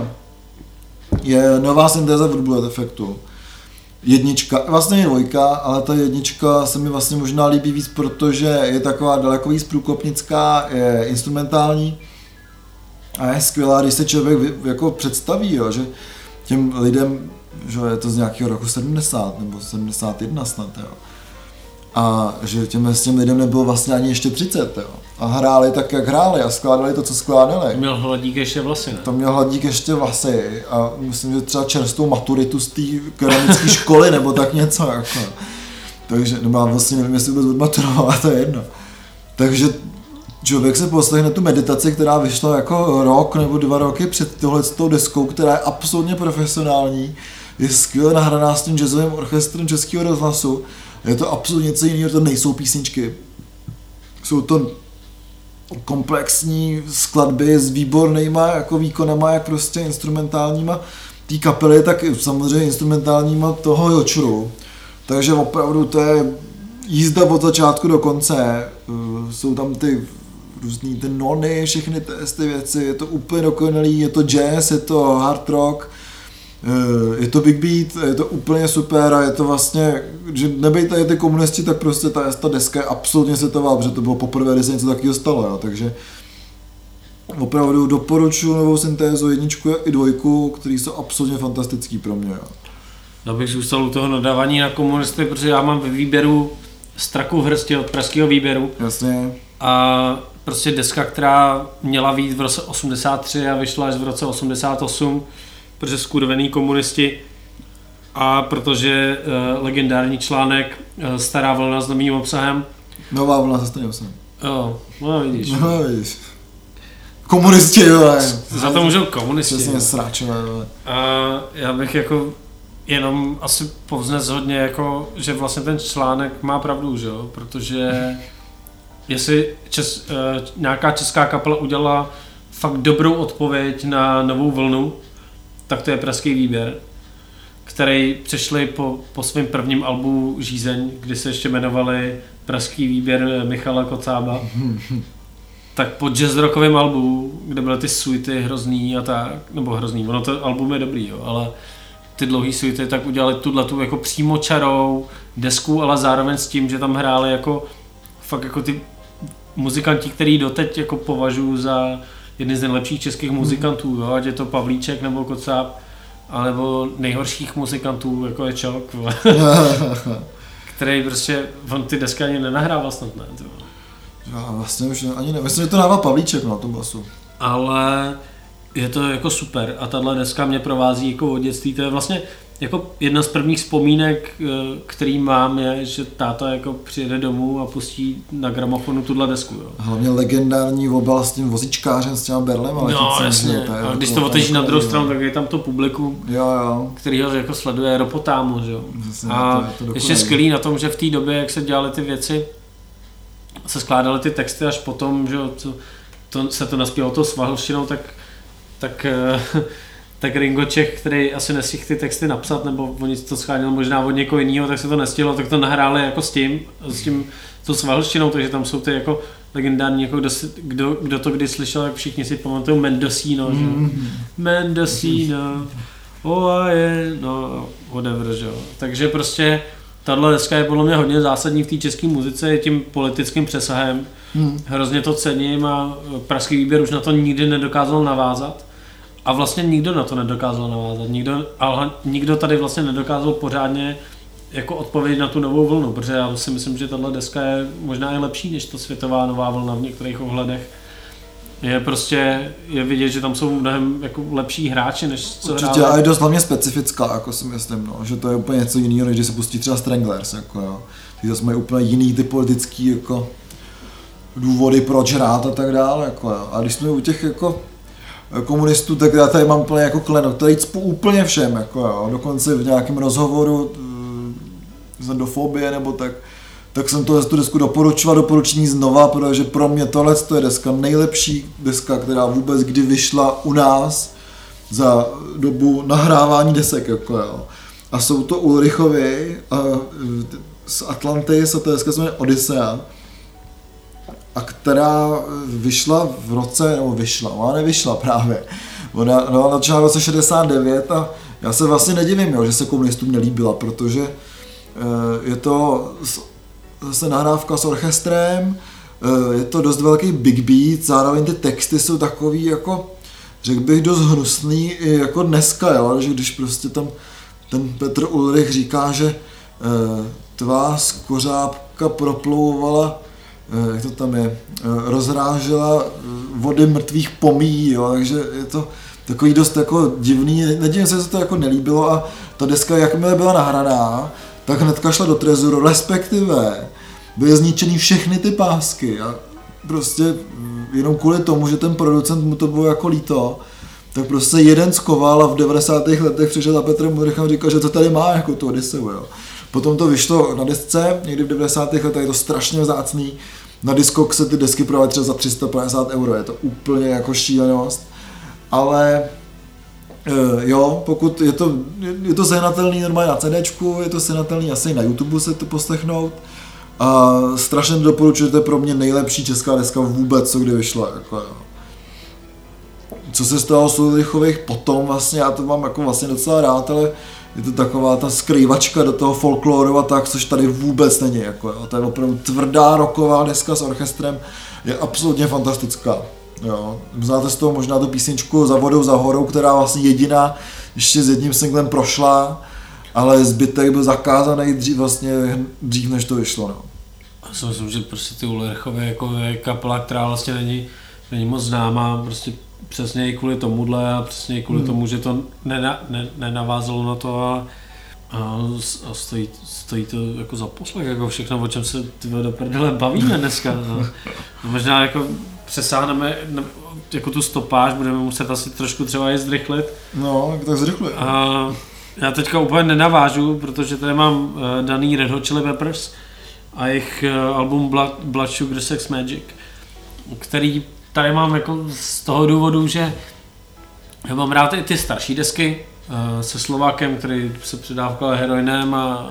je nová syntéza od Bullet Effectu. 1, vlastně je 2, ale ta 1 se mi vlastně možná líbí víc, protože je taková daleko víc průkopnická, je instrumentální a je skvělá, když se člověk jako představí, jo, že těm lidem, že je to z nějakého roku 70 nebo 71 snad, jo. A že těm lidem nebylo vlastně ani ještě 30, jo. A hráli tak, jak hráli a skládali to, co skládali. To měl Hladík ještě vlasy, ne? To měl Hladík ještě vlasy a myslím, že třeba čerstvou maturitu z té keramické školy nebo tak něco, jako. Takže, nebo já vlastně nevím, jestli vůbec odmaturoval, ale to je jedno. Takže člověk se poslechne tu meditaci, která vyšla jako rok nebo 2 roky před tohletou deskou, která je absolutně profesionální, je skvěle nahraná s tím jazzovým orchestrem Českého rozhlasu, je to absolutně něco jiného, to nejsou písničky. jsou to komplexní skladby s výbornýma jako výkonama, jak prostě instrumentálníma té kapely, tak samozřejmě instrumentálníma toho Jočuru. Takže opravdu to je jízda od začátku do konce. Jsou tam ty různý ty nony, všechny ty věci, je to úplně dokonalý, je to jazz, je to hard rock, je to big beat, je to úplně super a je to vlastně, že nebejte tady ty komunisti, tak prostě ta deska je absolutně světová, protože to bylo poprvé, kdy se něco takového stalo, jo. Takže opravdu doporučuji Novou syntézu, 1 i 2, který jsou absolutně fantastický pro mě. Jo. Já bych zůstal u toho nadávání na komunisty, protože já mám ve výběru Straku v hrsti od pražského výběru. Jasně. A prostě deska, která měla vyjít v roce 83 a vyšla až v roce 88, protože skurvený komunisti a protože legendární článek Stará vlna s novým obsahem. Nová vlna se stejným obsahem. Jo, no vidíš. No vidíš. Komunisti, jo. Za to můžou komunisti. Přesně sráčové, jo. A já bych jako jenom asi povznes hodně jako, že vlastně ten článek má pravdu, že jo, protože jestli nějaká česká kapela udělala fakt dobrou odpověď na Novou vlnu, tak to je pražský výběr, který přešli po svém prvním albu Žízeň, kdy se ještě jmenovali Pražský výběr Michala Kocába, tak po jazzrockovém albu, kde byly ty suity hrozný a tak, nebo hrozný, ono to album je dobrý, jo, ale ty dlouhý suity, tak udělali tuhletu jako přímočarou desku, ale zároveň s tím, že tam hráli jako fakt jako ty muzikanti, který doteď jako považuji za jedny z nejlepších českých muzikantů, jo? Ať je to Pavlíček nebo Kocáb, anebo nejhorších muzikantů, jako je Čok, který prostě, on ty desky ani nenahrával snad, ne? Já vlastně už ani ne, myslím, že to dává Pavlíček na tom basu. Ale je to jako super a tahle deska mě provází jako od dětství, to je vlastně jako jedna z prvních vzpomínek, který mám, je, že táta jako přijede domů a pustí na gramofonu tuhle desku. Jo. Hlavně legendární obal s tím vozíčkářem, s těma berlema. No jasně, a když to oteží na druhou stranu, tak je tam to publikum, který ho jako sleduje Ropotámu. Že jo. Jasně, a to ještě skvělý na tom, že v té době, jak se dělaly ty věci, se skládaly ty texty až potom, že se to naspělo tou svahlštinou, tak Ringo Čech, který asi nestihl ty texty napsat, nebo oni to scháněl možná od někoho jiného, tak se to nestihlo, tak to nahráli jako s tím tou svahlštinou, takže tam jsou ty jako legendární, jako kdo to kdy slyšel, jak všichni si pamatují Mendocino, že? Mendocino, no, whatever, že jo. Takže prostě tahle deska je podle mě hodně zásadní v té české muzice, je tím politickým přesahem. Hrozně to cením a pražský výběr už na to nikdy nedokázal navázat. A vlastně nikdo na to nedokázal navázat. Nikdo tady vlastně nedokázal pořádně jako odpovědět na tu novou vlnu, protože já si myslím, že tahle deska je možná i lepší než ta světová nová vlna v některých ohledech. Je vidět, že tam jsou mnohem jako lepší hráči, než co hráli. Určitě, a je dost hlavně specifická, jako si myslím, no, že to je úplně něco jiného, než když se pustí třeba Stranglers, jako jo. Ty zase mají úplně jiný ty politický jako důvody, proč hrát a tak dále, jako jo. A když jsme u těch jako komunistů, tak já tady mám plně jako klenot, který cpu úplně všem, jako jo. Dokonce v nějakém rozhovoru Xendofobie nebo tak jsem tu desku doporučení znova, protože pro mě tohle je deska, nejlepší deska, která vůbec kdy vyšla u nás za dobu nahrávání desek, jako jo. A jsou to Ulrichovi z Atlantis a ta deska se jmenuje Odyssea, a která vyšla v roce, ona nevyšla právě, ona začala v roce 69 a já se vlastně nedivím, jo, že se komunistům nelíbila, protože je to zase nahrávka s orchestrem, je to dost velký big beat, zároveň ty texty jsou takový jako, řekl bych, dost hnusný i jako dneska, jo, že když prostě tam ten Petr Ulrich říká, že tvá skořápka proplouvala, jak to tam je, rozrážela vody mrtvých pomíjí, jo, takže je to takový dost jako divný, nedivím se to jako nelíbilo a ta deska, jakmile byla nahraná, tak hnedka šla do trezoru, respektive byly zničený všechny ty pásky a prostě jenom kvůli tomu, že ten producent mu to bylo jako líto, tak prostě jeden skoval a v 90. letech přišel za Petrem Ulrichem a říkal, že to tady má jako tu Odysseu, jo. Potom to vyšlo na desce, někdy v 90. letech, je to strašně vzácný Na Discog se ty desky prodají třeba za 350 €, je to úplně jako šílenost, ale jo, pokud je to sehnatelný normálně na CDčku, je to sehnatelný asi na YouTube se to poslechnout a strašně doporučuji, to je pro mě nejlepší česká deska vůbec, co kdy vyšla, jako jo. Co se stalo Soudrychových potom vlastně, já to mám jako vlastně docela rád, ale je to taková ta skrývačka do toho folkloru a tak, což tady vůbec není, jako jo. To je opravdu tvrdá rocková deska s orchestrem, je absolutně fantastická. Jo. Znáte z toho možná tu písničku Za vodou, za horou, která vlastně jediná ještě s jedním singlem prošla, ale zbytek byl zakázaný dřív než to vyšlo. No. Já si myslím, že prostě ty Ulrichové jako je kapela, která vlastně není moc známá, prostě přesně i kvůli tomuhle a přesně i kvůli tomu, že to nenavázalo na to a stojí to jako za poslech, jako všechno, o čem se do prdele bavíme dneska. No. Možná jako přesáhneme jako tu stopáž, budeme muset asi trošku třeba i zrychlit. No, tak zrychlit. A já teďka úplně nenavážu, protože tady mám daný Red Hot Chili Peppers a jejich album Blood Sugar Sex Magic, který tady mám jako z toho důvodu, že já mám rád i ty starší desky se Slovákem, který se předávkal heroinem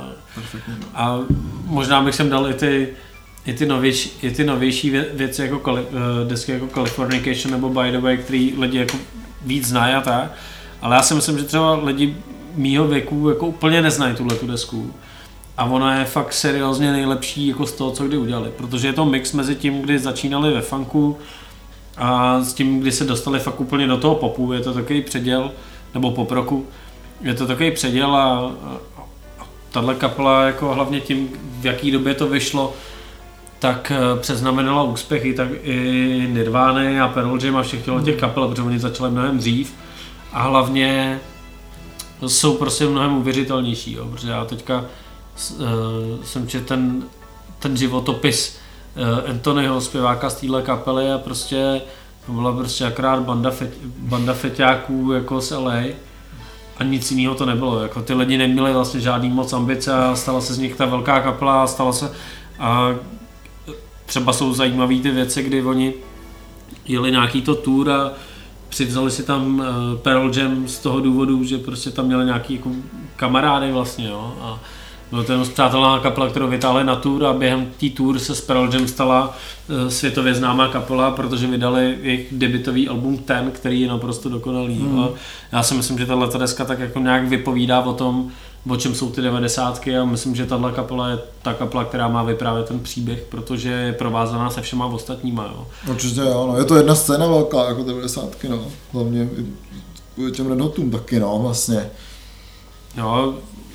a možná bych sem dal i ty novější věci jako desky jako Californication nebo By the Way, který lidi jako víc znají a tak, ale já si myslím, že třeba lidi mýho věku jako úplně neznají tu desku a ona je fakt seriózně nejlepší jako z toho, co kdy udělali, protože je to mix mezi tím, kdy začínali ve funku a s tím, kdy se dostali fakt úplně do toho popu, je to takový předěl, nebo pop rocku, je to takový předěl a tahle kapela jako hlavně tím, v jaký době to vyšlo, tak předznamenala úspěchy, tak i Nirvány a Pearl Jam a všech těch kapel, protože oni začali mnohem dřív a hlavně jsou prostě mnohem uvěřitelnější, jo, protože já teďka jsem četl ten životopis Anthonyho, zpěváka z téhle kapely a prostě to byla prostě akorát banda feťáků jako z LA a nic jiného to nebylo, jako ty lidi neměli vlastně žádný moc ambice a stala se z nich ta velká kapela a třeba jsou zajímavé ty věci, kdy oni jeli nějaký to tour a přivzali si tam Pearl Jam z toho důvodu, že prostě tam měli nějaký jako kamarády vlastně, jo, a bylo to jenom zpřátelná kapela, kterou vytáhli na tour a během té tour se s Pearl Jam stala světově známá kapela, protože vydali jejich debutový album Ten, který je naprosto dokonalý. A já si myslím, že tato deska tak jako nějak vypovídá o tom, o čem jsou ty 90ky a myslím, že tato kapela je ta kapela, která má vyprávět ten příběh, protože je provázaná se všema ostatníma. Jo. Určitě jo, no. Je to jedna scéna velká, jako 90ky, no. Hlavně těm Red Hotům taky, no, vlastně. Jo,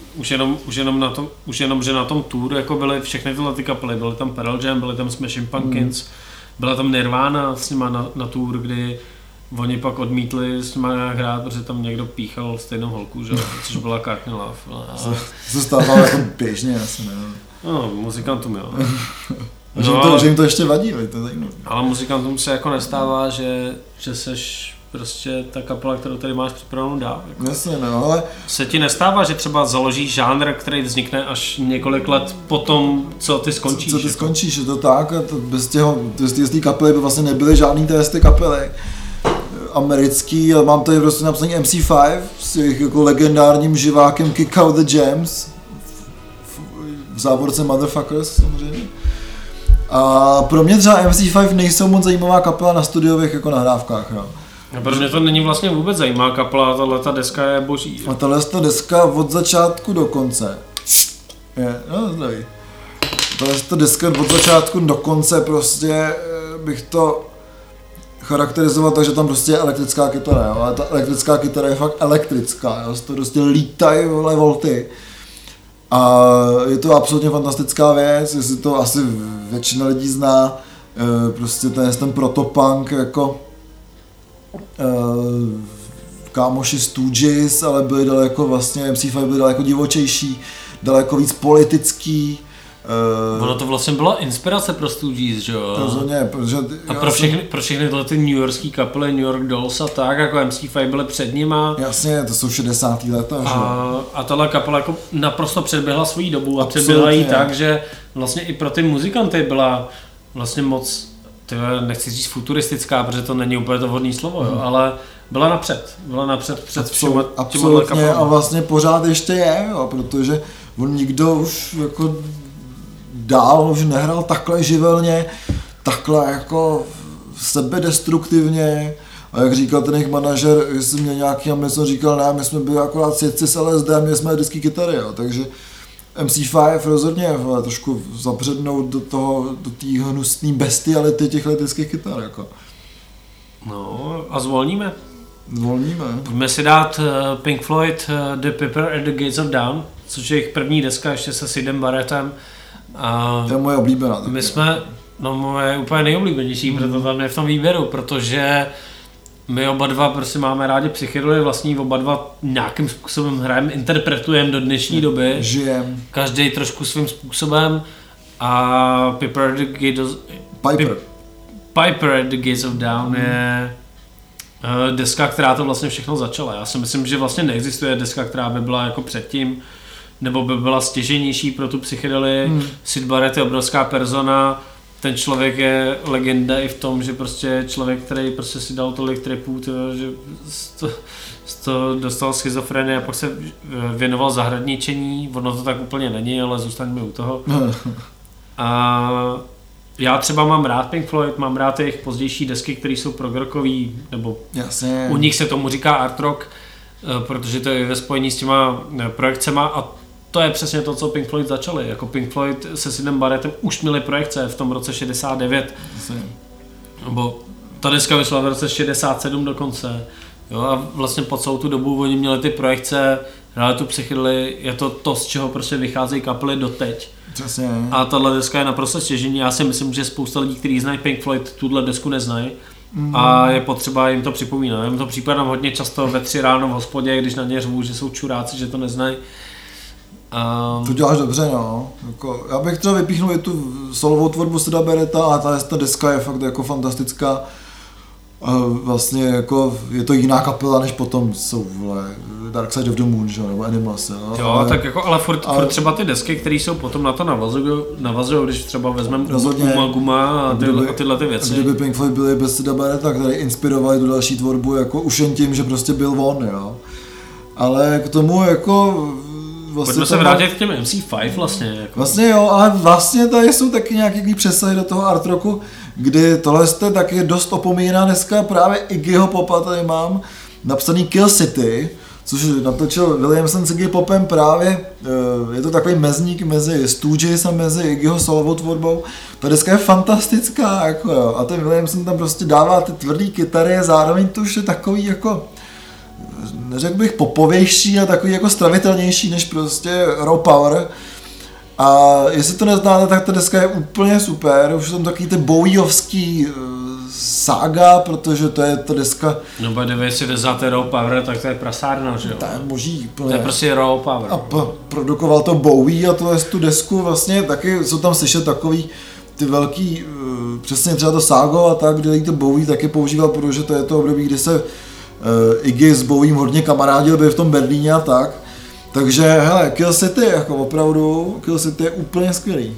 už jenom, že na tom tour jako byly všechny tyhle ty kapely, byly tam Pearl Jam, byly tam Smashing Pumpkins, byla tam Nirvana s nima na tour, kdy oni pak odmítli s nima hrát, protože tam někdo píchal stejnou holku, že? Což byla Courtney Love. Se stávalo jako běžně, asi nevím. No, muzikantům jo. Že jim to ještě vadí, to je zajímavé. Ale muzikantům se jako nestává, že seš prostě ta kapela, kterou tady máš připravenou dál. Jako. Jasně, no, ale... Se ti nestává, že třeba založíš žánr, který vznikne až několik let potom, co ty skončíš? Co ty skončíš, je to tak, a to bez té kapely by vlastně nebyly žádný ty kapely americký, ale mám tady prostě napsaný MC5 s jejich jako legendárním živákem Kick Out the Jams, v závorce Motherfuckers samozřejmě. A pro mě třeba MC5 nejsou moc zajímavá kapela na studiových jako nahrávkách, jo. A pro mě to není vlastně vůbec zajímavá kapela, tato deska je boží. A tato deska od začátku do konce je, no zdraví. Tato deska od začátku do konce prostě bych to charakterizoval tak, že tam prostě je elektrická kytara, jo. Ale ta elektrická kytara je fakt elektrická, jo. To prostě lítají volty. A je to absolutně fantastická věc, jestli to asi většina lidí zná, prostě ten protopunk jako kámoši Stooges, ale byli daleko vlastně, MC5 byli daleko divočejší, daleko víc politický. Ono to vlastně byla inspirace pro Stooges, že jo? Rozhodně, protože... A pro všechny tyhle ty newyorský kapely, New York Dolls a tak, jako MC5 byly před nima. Jasně, to jsou 60. leta, že jo? A tahle kapela jako naprosto předběhla svou dobu a předběhla ji tak, že vlastně i pro ty muzikanty byla vlastně moc, nechci říct futuristická, protože to není úplně to vhodné slovo, jo, ale byla napřed před všema absolutně kapelami. A vlastně pořád ještě je, jo, protože on nikdo už jako dál už nehrál takhle živelně, takhle jako sebedestruktivně. A jak říkal ten jejich manažer, jestli mě nějaký ambice říkal, ne, my jsme byli akorát svědci z LSD a měli jsme disky kytary, jo, takže MC5 rozhodně trošku zapřednout do té hnusné bestiality těch leteckých kytar, jako. No a zvolníme. Pojďme si dát Pink Floyd The Piper at the Gates of Dawn, což je jejich první deska ještě se Sidem Barrettem. To je moje oblíbená. My jsme, moje úplně nejoblíbenější, proto tam je v tom výběru, protože my oba dva prostě máme rádi psychedelie vlastní, oba dva nějakým způsobem hrajeme, interpretujeme do dnešní doby. Žijem. Každý trošku svým způsobem a Piper at the Gates of Dawn je deska, která to vlastně všechno začala. Já si myslím, že vlastně neexistuje deska, která by byla jako předtím, nebo by byla stěžejnější pro tu psychedelii. Syd Barrett je obrovská persona, ten člověk je legenda i v tom, že prostě člověk, který prostě si dal tolik tripů, že to dostal schizofrenie a pak se věnoval zahradničení. Ono to tak úplně není, ale zůstaňme u toho. A já třeba mám rád Pink Floyd, mám rád jejich pozdější desky, které jsou progrokový, nebo jasně. U nich se tomu říká art rock, protože to je ve spojení s těma projekcema a to je přesně to, co Pink Floyd začali. Jako Pink Floyd se Sydem Barrettem už měli projekce v tom roce 69. Nebo ta deska vyšla v roce 67 dokonce. Jo, a vlastně po celou tu dobu oni měli ty projekce, hráli tu psychedelii, je to, z čeho prostě vycházejí kapely doteď. Přesně. A tahle deska je naprosto stěžení. Já si myslím, že spousta lidí, kteří znají Pink Floyd, tuhle desku neznají. A je potřeba jim to připomínat. Jim to připadám hodně často ve 3 ráno v hospodě, když na ně řvu, že jsou čuráci, že to neznají. To děláš dobře, no. Jako, já bych třeba vypíchnul i tu solovou tvorbu Syda Barretta a ta deska je fakt jako fantastická. Vlastně jako je to jiná kapela, než potom jsou Dark Side of the Moon, že? Nebo Animals. Jo, tak jako, ale furt třeba ty desky, které jsou potom na to navazují, když třeba vezmeme Guma a tyhle ty věci. Kdyby Pink Floyd byli bez Syda Barretta, který inspirovali tu další tvorbu jako už jen tím, že prostě byl on, jo. Ale k tomu jako vlastně pojďme se vrátit k těm MC5 vlastně. Jako. Vlastně jo, ale vlastně tady jsou taky nějaký přesahy do toho art rocku, kdy tohle je taky dost opomíjená dneska, právě Iggyho Popa tady mám, napsaný Kill City, což natočil Williamson s Iggy Popem právě, je to takový mezník mezi Stooges a mezi Iggyho solovou tvorbou. Ta deska je fantastická, jako jo, a ten Williamson tam prostě dává ty tvrdý kytary a zároveň to už je takový jako neřekl bych popovější a takový jako stravitelnější než prostě raw power. A jestli to neznáte, tak ta deska je úplně super, už jsem takový ty Bowievský sága, protože to je ta deska... No by the way, si vezete raw power, tak to je prasárna, že jo? To je moží. To je prostě raw power. A produkoval to Bowie a tu desku vlastně taky jsou tam slyšet takový ty velký, přesně třeba to ságo a tak, kde to Bowie taky používal, protože to je to období, kdy se Iggy s Bowiem hodně kamarádil, byli v tom Berlíně a tak. Takže hele, Kill City jako opravdu, Kill City je úplně skvělý.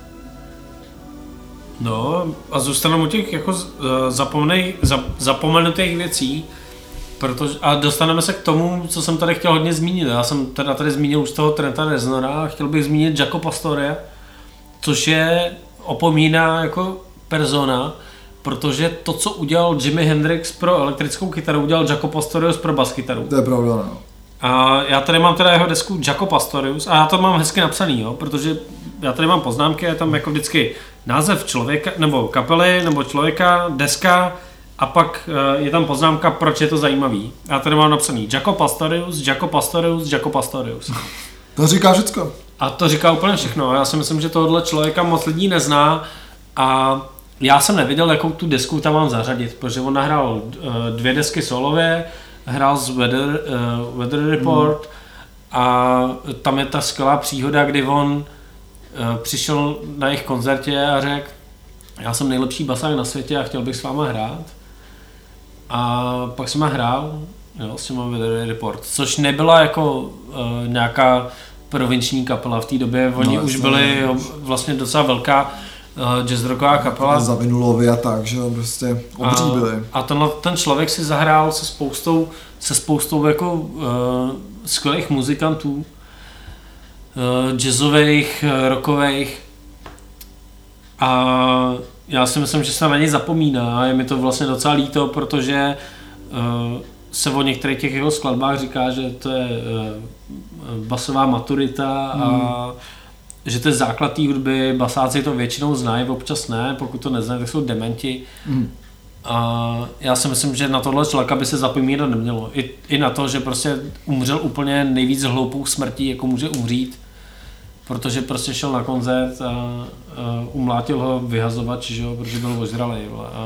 No a zůstaneme u těch jako zapomenutých věcí, a dostaneme se k tomu, co jsem tady chtěl hodně zmínit. Já jsem teda tady zmínil už toho Trenta Reznora a chtěl bych zmínit Jaco Pastoriuse, což je opomíná jako persona, protože to, co udělal Jimi Hendrix pro elektrickou kytaru, udělal Jaco Pastorius pro baskytaru. To je pravda, no. A já tady mám teda jeho desku Jaco Pastorius a já to mám hezky napsaný, jo, protože já tady mám poznámky, je tam jako vždycky název člověka, nebo kapely, nebo člověka, deska a pak je tam poznámka, proč je to zajímavý. Já tady mám napsaný Jaco Pastorius, Jaco Pastorius, Jaco Pastorius. To říká všecko. A to říká úplně všechno. Já si myslím, že tohle člověka moc lidí nezná a já jsem nevěděl, jakou tu desku tam mám zařadit, protože on nahrál 2 desky solově, hrál z Weather Report a tam je ta skvělá příhoda, kdy on přišel na jejich koncertě a řekl, já jsem nejlepší basák na světě a chtěl bych s váma hrát. A pak jsem hrál s těma Weather Report, což nebyla jako nějaká provinční kapela v té době, oni už byli vlastně docela velká jazzrocková kapela. Za Vinulovi a tak, že jo, prostě obří byli. A ten člověk si zahrál se spoustou jako skvělých muzikantů, jazzových, rockových. A já si myslím, že se na něj zapomíná a je mi to vlastně docela líto, protože se o některých těch jeho skladbách říká, že to je basová maturita a že to je základ té hudby, basáci to většinou znají, občas ne, pokud to neznají, tak jsou dementi. A já si myslím, že na tohle člověka by se zapomínat nemělo. I na to, že prostě umřel úplně nejvíc hloupou smrtí, jako může umřít, protože prostě šel na koncert a umlátil ho vyhazovač, že jo, protože byl ožralej.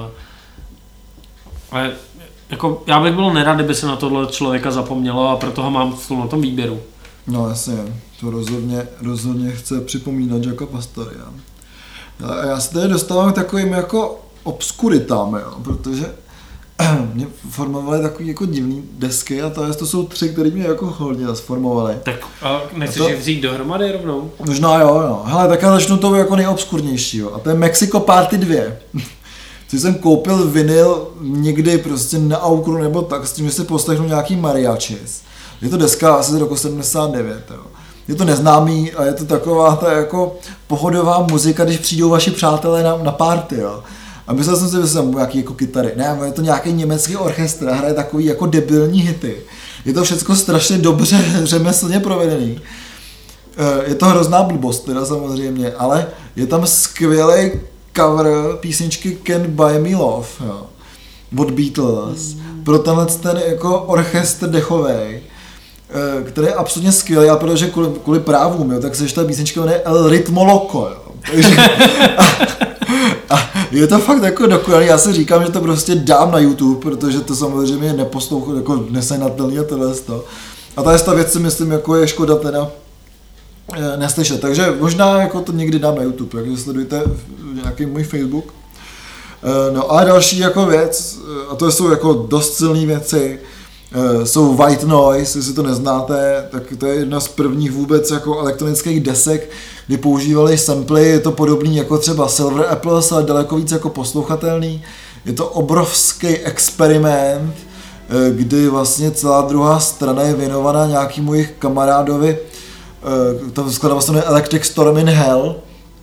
Ale jako, já bych byl nerad, kdyby se na tohle člověka zapomnělo a proto ho mám na tom výběru. No jasně, to rozhodně chce připomínat Jacka Pastoria. A já se tady dostávám k takovým jako obskuritám, jo, protože mě formovaly takový jako divný desky a to jsou 3, které mě jako hodně sformovaly. Tak a nechceš je vzít dohromady rovnou? Možná jo, no. Hele, tak já začnu tou jako nejobskurnějšího a to je Mexico Party 2. Což jsem koupil vinyl někdy prostě na Aukru nebo tak s tím, že si poslechnu nějaký mariachis. Je to deska asi z roku 79, jo. Je to neznámý a je to taková ta jako pohodová muzika, když přijdou vaši přátelé na party, jo. A myslel jsem si, že jsem nějaký jako kytary. Ne, je to nějaký německý orchestr a hraje takový jako debilní hity. Je to všecko strašně dobře řemeslně provedený. Je to hrozná blbost teda samozřejmě, ale je tam skvělý cover písničky Can't Buy Me Love, jo, od Beatles, pro tenhle ten jako orchestr dechovej, který je absolutně skvělý, a protože kvůli právům, jo, tak se ta písnička jmenuje El Ritmo Loco, jo. Takže, a je to fakt jako dokonalý, já si říkám, že to prostě dám na YouTube, protože to samozřejmě je neposlouchám, jako nesenatelný a tohle to. A ta věc si myslím, jako je škoda teda neslyšet, takže možná jako to někdy dám na YouTube, takže sledujte nějaký můj Facebook. No a další jako věc, a to jsou jako dost silné věci, jsou White Noise, jestli to neznáte, tak to je jedna z prvních vůbec jako elektronických desek, kdy používali samply, je to podobný jako třeba Silver Apples, ale daleko víc jako poslouchatelný. Je to obrovský experiment, kdy vlastně celá druhá strana je věnovaná nějakému jejich kamarádovi, to skladba se jmenuje Electric Storm in Hell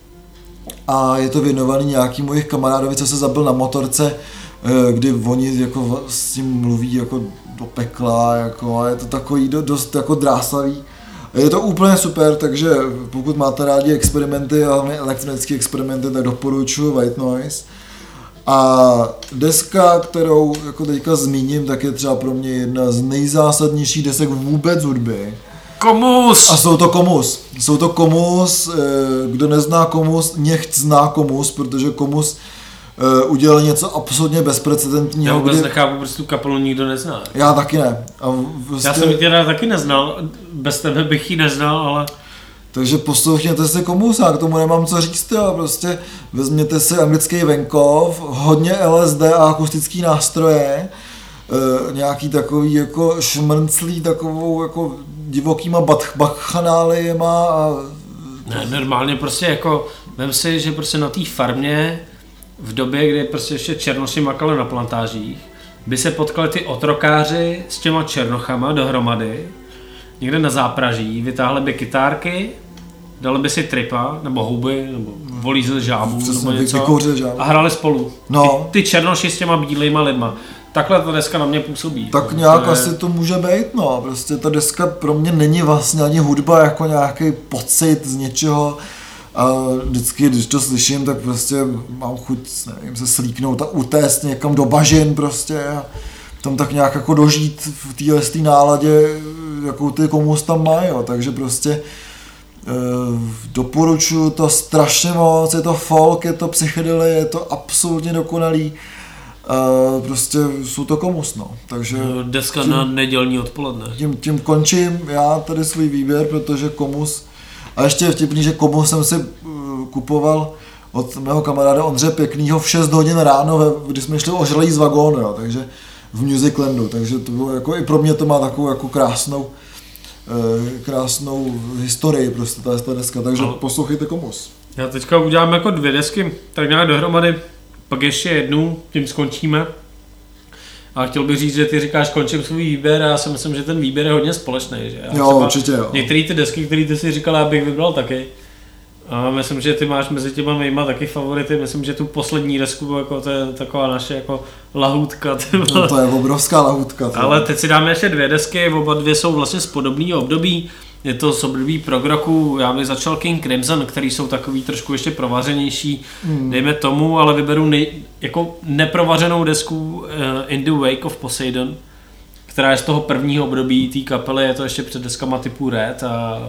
a je to věnovaný nějakému jejich kamarádovi, co se zabil na motorce, kdy oni jako s tím mluví jako do pekla, jako, a je to takový dost jako drásavý. Je to úplně super, takže pokud máte rádi experimenty a hlavně elektronické experimenty, tak doporučuji White Noise. A deska, kterou jako teďka zmíním, tak je třeba pro mě jedna z nejzásadnějších desek vůbec hudby. Komus! A jsou to Komus, kdo nezná Komus, nechť zná Komus, protože Komus udělal něco absolutně bezprecedentního. Já vůbec nechápu, protože tu kapelu nikdo nezná. Já taky ne. A vlastně... Já jsem ji teda taky neznal, bez tebe bych ji neznal, ale... Takže poslouchněte si Komus, já k tomu nemám co říct, jo. Prostě vezměte si anglický venkov, hodně LSD a akustický nástroje, nějaký takový jako šmrnclý, takovou jako divokýma bachanáliema a... Ne, normálně prostě jako, vem si, že prostě na té farmě v době, kdy prostě ještě černoši makali na plantážích, by se potkali ty otrokáři s těma černochama dohromady, někde na zápraží, vytáhli by kytárky, dali by si tripa, nebo houby, nebo volízli žábu, nebo něco a hráli spolu. No. Ty černoši s těma bílejma lidma. Takhle ta deska na mě působí. Tak nějak asi to může být, no. Prostě ta deska pro mě není vlastně ani hudba jako nějaký pocit z něčeho. A vždycky, když to slyším, tak prostě mám chuť, nevím, se slíknout a utéct někam do bažin prostě a tam tak nějak jako dožít v téhle náladě, jakou ty Komus tam mají, jo. Takže prostě doporučuji to strašně moc, je to folk, je to psychedelie, je to absolutně dokonalý. Prostě jsou to Komus, no. Takže deska na nedělní odpoledne. Tím končím já tady svůj výběr, protože Komus, a ještě je vtipný, že Komus jsem si kupoval od mého kamaráda Ondře Pěknýho v 6 hodin ráno, když jsme šli ožralí z vagónu, jo, takže v Musiclandu, takže to bylo jako, i pro mě to má takovou jako krásnou historii prostě ta deska, takže poslouchejte Komus. Já teďka udělám jako 2 desky, tak nějak dohromady, pak ještě jednu, tím skončíme. A chtěl bych říct, že ty říkáš, končím svůj výběr a já si myslím, že ten výběr je hodně společný. Že? Jo, určitě jo. Některé ty desky, které ty si říkal, já bych vybral taky. A myslím, že ty máš mezi těma mýma taky favority. Myslím, že tu poslední desku, jako to je taková naše jako lahůdka. No, to je obrovská lahůdka. Ale teď si dáme ještě 2 desky, oba 2 jsou vlastně z podobného období. Je to z období prog rocku, já bych začal King Crimson, který jsou takový trošku ještě provařenější, dejme tomu, ale vyberu jako neprovařenou desku In the Wake of Poseidon, která je z toho prvního období té kapely, je to ještě před deskama typu Red a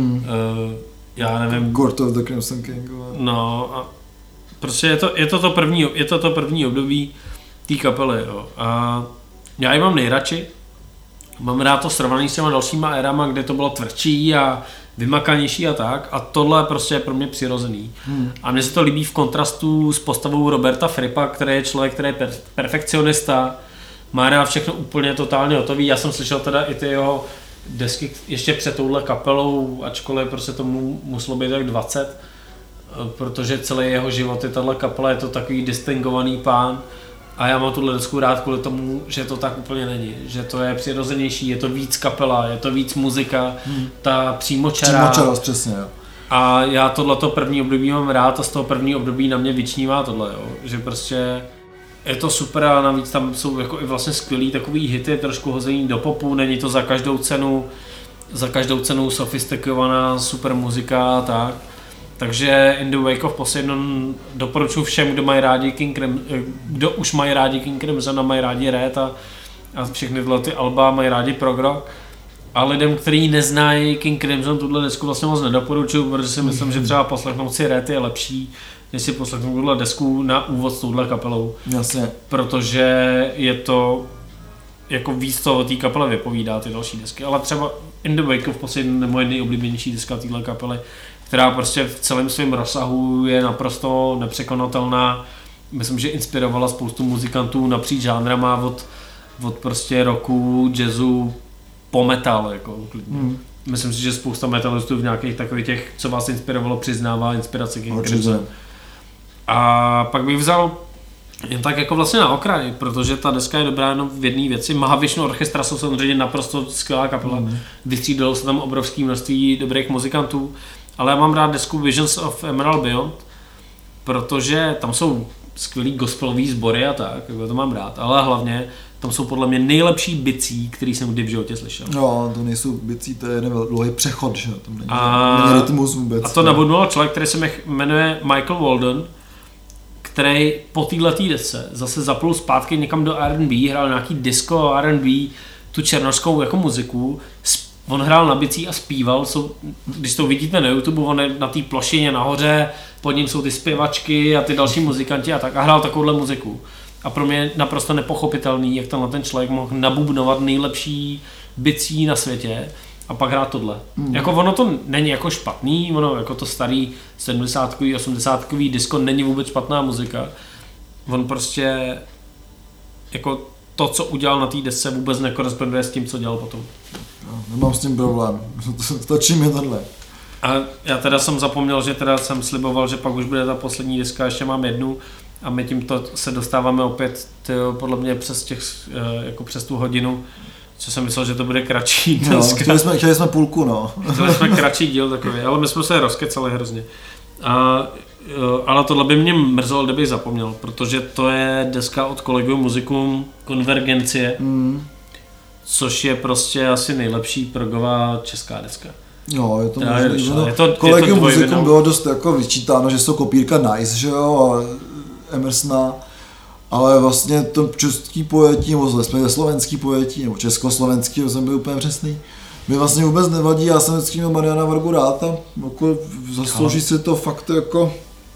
já nevím. Court of the Crimson King. No a prostě je to to první období té kapely, jo. A já ji mám nejradši. Mám rád to srovnaný s těma dalšíma érama, kde to bylo tvrdší a vymakanější a tak. A tohle prostě je pro mě přirozený. A mně se to líbí v kontrastu s postavou Roberta Frippa, který je člověk, který je perfekcionista. Má rád všechno úplně totálně hotový. Já jsem slyšel teda i ty jeho desky ještě před touhle kapelou, ačkoliv prostě tomu muselo být tak 20. Protože celý jeho život je tahle kapela, je to takový distingovaný pán. A já mám tuhle desku rád kvůli tomu, že to tak úplně není. Že to je přirozenější, je to víc kapela, je to víc muzika, ta přímočará. Přímočarost, přesně, jo. A já tohleto první období mám rád a z toho první období na mě vyčnívá tohle, jo. Že prostě je to super a navíc tam jsou jako i vlastně skvělý takový hity, trošku hození do popu, není to za každou cenu sofistikovaná super muzika a tak. Takže In the Wake of Poseidon doporučuji všem, kdo už mají rádi King Crimson a mají rádi Red a všechny tyhle ty alba mají rádi prog rock. A lidem, kteří neznají King Crimson, tuhle desku vlastně moc nedoporučuji, protože si myslím, že třeba poslechnout si Red je lepší, než si poslechnout tuhle desku na úvod s touhle kapelou. Jasně. Protože je to jako víc to o té kapele vypovídá ty další desky, ale třeba In the Wake of Poseidon je moje nejoblíbenější deska téhle kapely, která prostě v celém svém rozsahu je naprosto nepřekonatelná. Myslím, že inspirovala spoustu muzikantů napříč žánrama od prostě rocku, jazzu po metal. Jako. Myslím si, že spousta metalistů v nějakých takových těch, co vás inspirovalo, přiznává inspiraci King Crimson. A pak bych vzal jen tak jako vlastně na okraj, protože ta deska je dobrá jenom v jedné věci. Mahavishnu Orchestra jsou samozřejmě naprosto skvělá kapela. Vystřídalo se tam obrovské množství dobrých muzikantů. Ale já mám rád desku Visions of Emerald Beyond, protože tam jsou skvělý gospelový sbory a tak, jako to mám rád, ale hlavně tam jsou podle mě nejlepší bicí, který jsem kdy v životě slyšel. No, to nejsou bicí, to je jeden dlouhý přechod, že tam není rytmus vůbec. A to nabudnul člověk, který se jmenuje Michael Walden, který po této desce zase zaplul zpátky někam do R&B, hrál nějaký disco R&B, tu černošskou jako muziku. On hrál na bicí a zpíval, když to vidíte na YouTube, on je na té plošině nahoře, pod ním jsou ty zpěvačky a ty další muzikanti a tak a hrál takovouhle muziku. A pro mě je naprosto nepochopitelný, jak ten člověk mohl nabubnovat nejlepší bicí na světě a pak hrát tohle. Jako ono to není jako špatný, ono jako to starý 70. 80. disco není vůbec špatná muzika. On prostě jako to, co udělal na té desce, vůbec nekoresponduje s tím, co dělal potom. No, nemám s tím problém, stačí mi tohle. A já teda jsem zapomněl, že teda jsem sliboval, že pak už bude ta poslední deska, ještě mám jednu a my tímto se dostáváme opět podle mě přes tu hodinu, co jsem myslel, že to bude kratší. No, chtěli jsme půlku, no. Chtěli jsme kratší díl takový, ale my jsme se rozkecali hrozně. Ale tohle by mě mrzelo, kdybych zapomněl, protože to je deska od Collegium Musicum Konvergencie, což je prostě asi nejlepší progová česká deska. Jo, je to možná. Collegium Musicum bylo dost jako vyčítáno, že jsou kopírka Nice, že jo, a Emersona, ale vlastně to český pojetí, nebo slovenský pojetí, nebo československý, to jsem byl úplně přesný, mi vlastně vůbec nevadí, já jsem vždycky měl Mariana Vargu rád a jako zaslouží si to fakt jako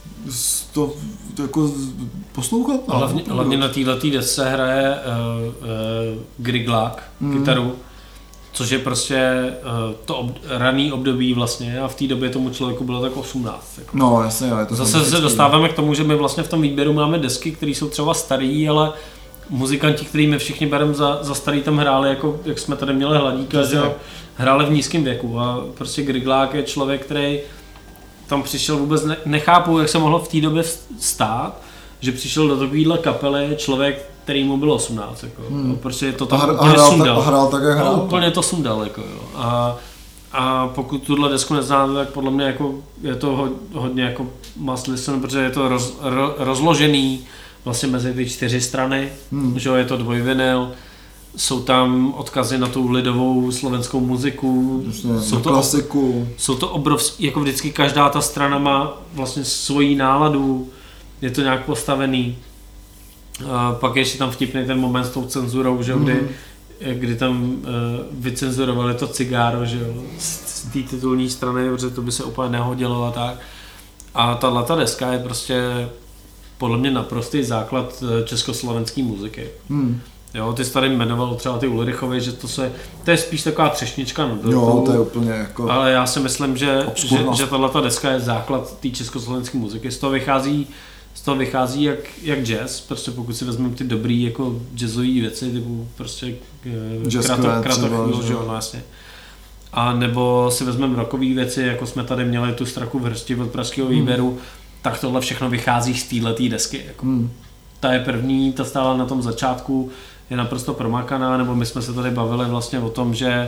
poslouchat. Hlavně na této desce hraje Griglák kytaru, což je prostě to raný období vlastně a v té době tomu člověku bylo tak 18. Jako. No jasně, je to zase se dostáváme k tomu, že my vlastně v tom výběru máme desky, které jsou třeba starý, ale muzikanti, který my všichni bereme za starý, tam hráli, jako jak jsme tady měli Hladíka, že hráli v nízkém věku a prostě Griglák je člověk, který tam přišel vůbec, nechápu, jak se mohlo v té době stát, že přišel do takovýhle kapely člověk, který mu bylo 18, jako, protože to tam úplně sundal. A hrál tak, jak hrál. Úplně to sundal, jako, jo. A pokud tuhle desku neznáte, tak podle mě jako, je to hodně jako must listen, protože je to rozložený vlastně mezi ty 4 strany, že je to dvojvinyl, jsou tam odkazy na tu lidovou slovenskou muziku, jsou to obrovský, jako vždycky každá ta strana má vlastně svoji náladu, je to nějak postavený. A pak ještě tam vtipný ten moment s tou cenzurou, že kdy tam vycenzurovali to cigáro, že jo, z té titulní strany, protože to by se úplně nehodilo a tak. A tato deska je prostě podle mě naprostý základ československé muziky. Jo, ty jsi tady jmenoval třeba ty Ulrichovi, že to je spíš taková třešnička na dortu. Jo, to je úplně jako... Ale já si myslím, že tato deska je základ té československé muziky. Z toho vychází jak jazz, prostě pokud si vezmeme ty dobrý jako jazzové věci, typu prostě Kratochvíl, že jo, no jasně. A nebo si vezmeme rockové věci, jako jsme tady měli tu Strachu v hrsti od pražského výběru, tak tohle všechno vychází z téhletý desky. Jako. Ta je první, ta stála na tom začátku, je naprosto promakaná, nebo my jsme se tady bavili vlastně o tom, že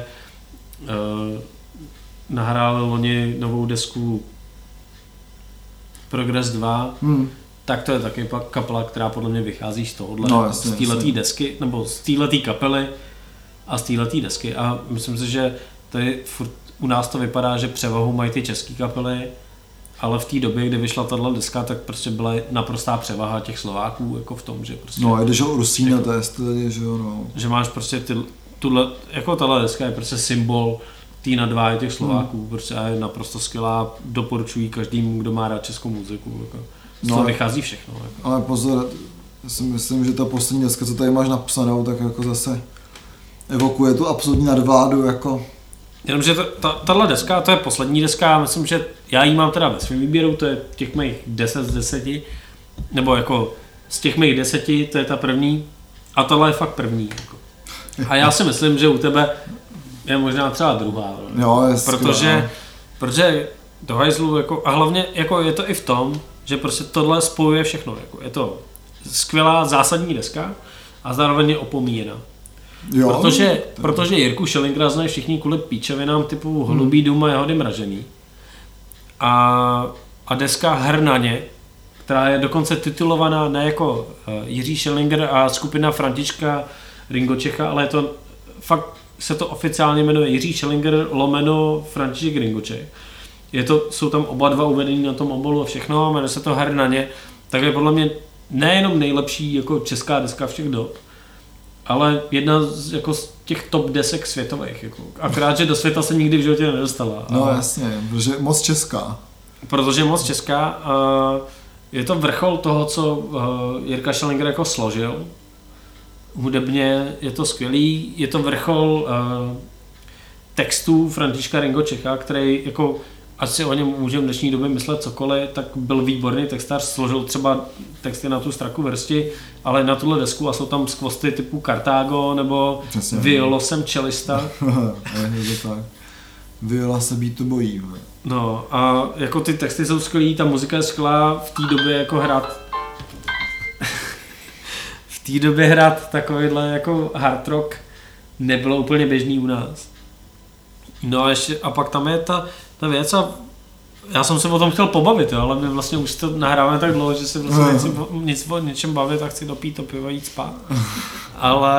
nahráli loni novou desku Progress 2, tak to je taky kapela, která podle mě vychází z tohohle, z téhletý desky, nebo z téhletý kapely a z téhletý desky. A myslím si, že tady furt u nás to vypadá, že převahu mají ty české kapely, ale v té době, kdy vyšla tato deska, tak prostě byla naprostá převaha těch Slováků jako v tom, že prostě... No a když o Rusína, to je stejně, že jo, no. Že máš prostě jako tato deska je prostě symbol té nadváhy těch Slováků, prostě a je naprosto skvělá, doporučuji každému, kdo má rád českou muziku, jako. Z toho vychází všechno. Jako. Ale pozor, já si myslím, že ta poslední deska, co tady máš napsanou, tak jako zase evokuje tu absolutní nadvládu, jako... Jenomže tahle deska, to je poslední deska, myslím, že já ji mám teda ve svém výběru, to je těch mých 10 z 10, nebo jako z těch mých 10, to je ta první, a tohle je fakt první. Jako. A já si myslím, že u tebe je možná třeba druhá, jo, protože do hajzlu, jako, a hlavně jako je to i v tom, že prostě tohle spojuje všechno, jako, je to skvělá zásadní deska a zároveň je opomíjená. Jo, protože Jirku Schellingera znají všichni kvůli píčevinám typu Holubý dům a Jahody mražený. A deska Hrnaně, která je dokonce titulovaná ne jako Jiří Schellinger a skupina Františka Ringo Čecha, ale je to fakt se to oficiálně jmenuje Jiří Schellinger lomeno František Ringo Čech. Jsou tam oba dva uvedení na tom obalu a všechno, jmenuje se to Hrnaně, tak je podle mě nejenom nejlepší jako česká deska všech dob, ale jedna z těch top desek světových. Jako. Akorát, že do světa se nikdy v životě nedostala. No jasně, protože je moc česká. Protože je moc česká. Je to vrchol toho, co Jirka Schellinger jako složil. Hudebně je to skvělý. Je to vrchol textů Františka Ringo Čecha, který jako ať si o něm můžeme v dnešní době myslet cokoliv, tak byl výborný textař, složil třeba texty na tu Straku v hrsti, ale na tuhle desku a jsou tam skvosty typu Kartágo nebo Violo jsem čelista. Je to tak. Viola se být to bojí. No a jako ty texty jsou skvělý, ta muzika je skvělá, v té době jako hrát takovýhle jako hard rock nebylo úplně běžný u nás. No a pak tam je ta věc a já jsem se o tom chtěl pobavit, jo, ale my vlastně už to nahráváme tak dlouho, že se vlastně nechci o něčem bavit a chci dopít to pivo a jít spát. Ale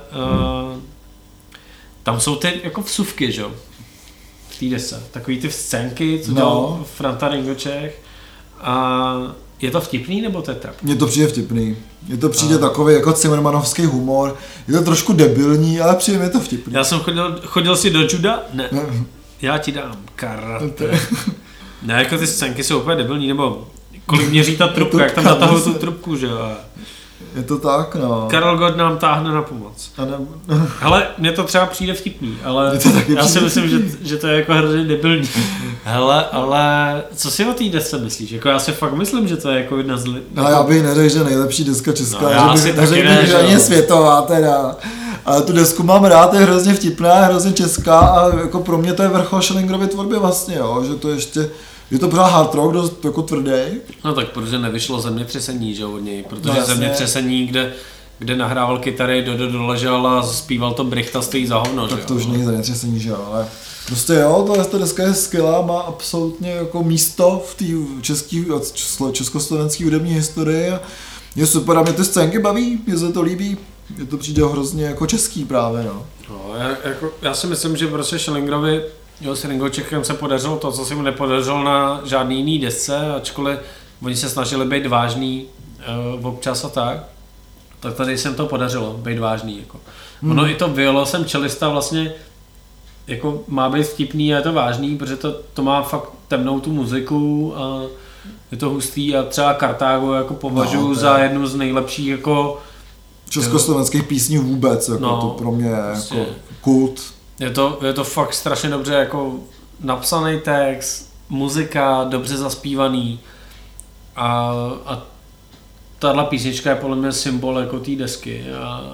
tam jsou ty jako vsuvky, že jo, v té desce. Takový ty scénky, co dělal Franta Ringo Čech. A je to vtipný nebo to je trapný? Mně to přijde vtipný. Mně to přijde takový jako Zimmermanovský humor. Je to trošku debilní, ale přijde mi to vtipný. Já jsem chodil si do juda? Ne. Já ti dám karate. Ne, jako ty scénky jsou úplně debilní, nebo kolik měří ta trubka, jak tam zatahují tu trubku, že jo. Je to tak, no. Karel Gott nám táhne na pomoc. Hele, mně to třeba přijde vtipný, ale já si myslím, že to je jako hrozně debilní. Hele, ale co si o té desce myslíš? Jako já si fakt myslím, že to je jako jedna z... No já bych neřekl, že nejlepší deska česká, že bych světová teda. Ale tu desku mám rád, je hrozně vtipná, je hrozně česká a jako pro mě to je vrchol Schellingerovy tvorby vlastně, jo, že to ještě Je to pořád hard rock, dost jako tvrdý. No tak protože nevyšlo Zemětřesení, že od něj, protože No, Zemětřesení, kde nahrával kytary, doležel a zpíval to Brichta stojí za hovno, tak že to už není Zemětřesení, že jo, ale prostě jo, ta deska je skvělá, má absolutně jako místo v té československé hudební historii a je super a mě ty scénky baví, mě se to líbí, mě to přijde hrozně jako český právě, no. No, já si myslím, že prostě Schillingerovi, s Ringo Čechem se podařilo to, co se mu nepodařilo na žádný jiný desce, ačkoliv oni se snažili být vážný občas a tak tady se to podařilo, být vážný. Jako. Ono i to Violo jsem čelista vlastně jako má být vtipný a je to vážný, protože to má fakt temnou tu muziku a je to hustý a třeba Kartágo jako považuji za jednu z nejlepších jako československých písní vůbec, jako to pro mě je prostě jako kult. Je to fakt strašně dobře jako napsaný text, muzika, dobře zaspívaný a tahle písnička je podle mě symbol jako té desky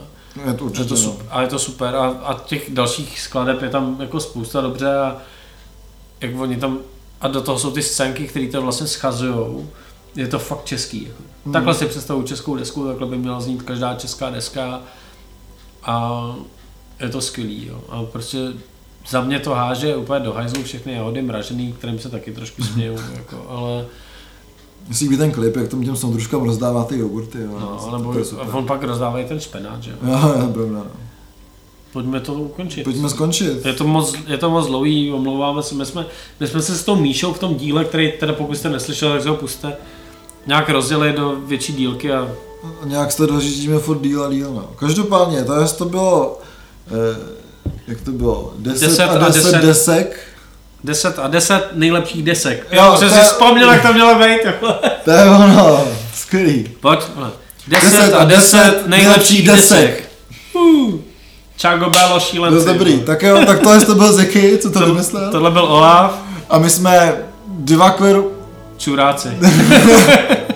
a je to super a těch dalších skladeb je tam jako spousta dobře a jak oni tam a do toho jsou ty scénky, které to vlastně schazujou, je to fakt český. Jako. Takhle si představuji českou desku, takhle by měla znít každá česká deska a je to skvělý. Jo. A prostě za mě to háže úplně do hajzlu všechny jahody mražený, kterým se taky trošku směju, jako, ale musí být ten klip, jak tomu těm soudružkám rozdává ty jogurty. Jo. No, nebo on pak rozdává i ten špenát, že jo. Jo, pravda, no. Pojďme to ukončit. Pojďme skončit. Je to moc dlouhý, omlouváme se. My jsme se s tou Míšou v tom díle, který teda pokud jste neslyšeli, tak se ho puste, nějak rozdělili do větší dílky a nějak se to dořídíme furt díl a díl, no. Každopádně, to bylo, jak to bylo, 10 a 10 desek. 10 a 10 nejlepších desek. Jo, že si vzpomněl, jak to mělo být. To je ono, skvělý. Pojď, 10 a 10 nejlepších desek. Čago Bello, šílenci. To je dobrý, tak jo, tak to byl Zeky, co to vymyslel? Tohle byl Olaf. A my jsme dva čuráci.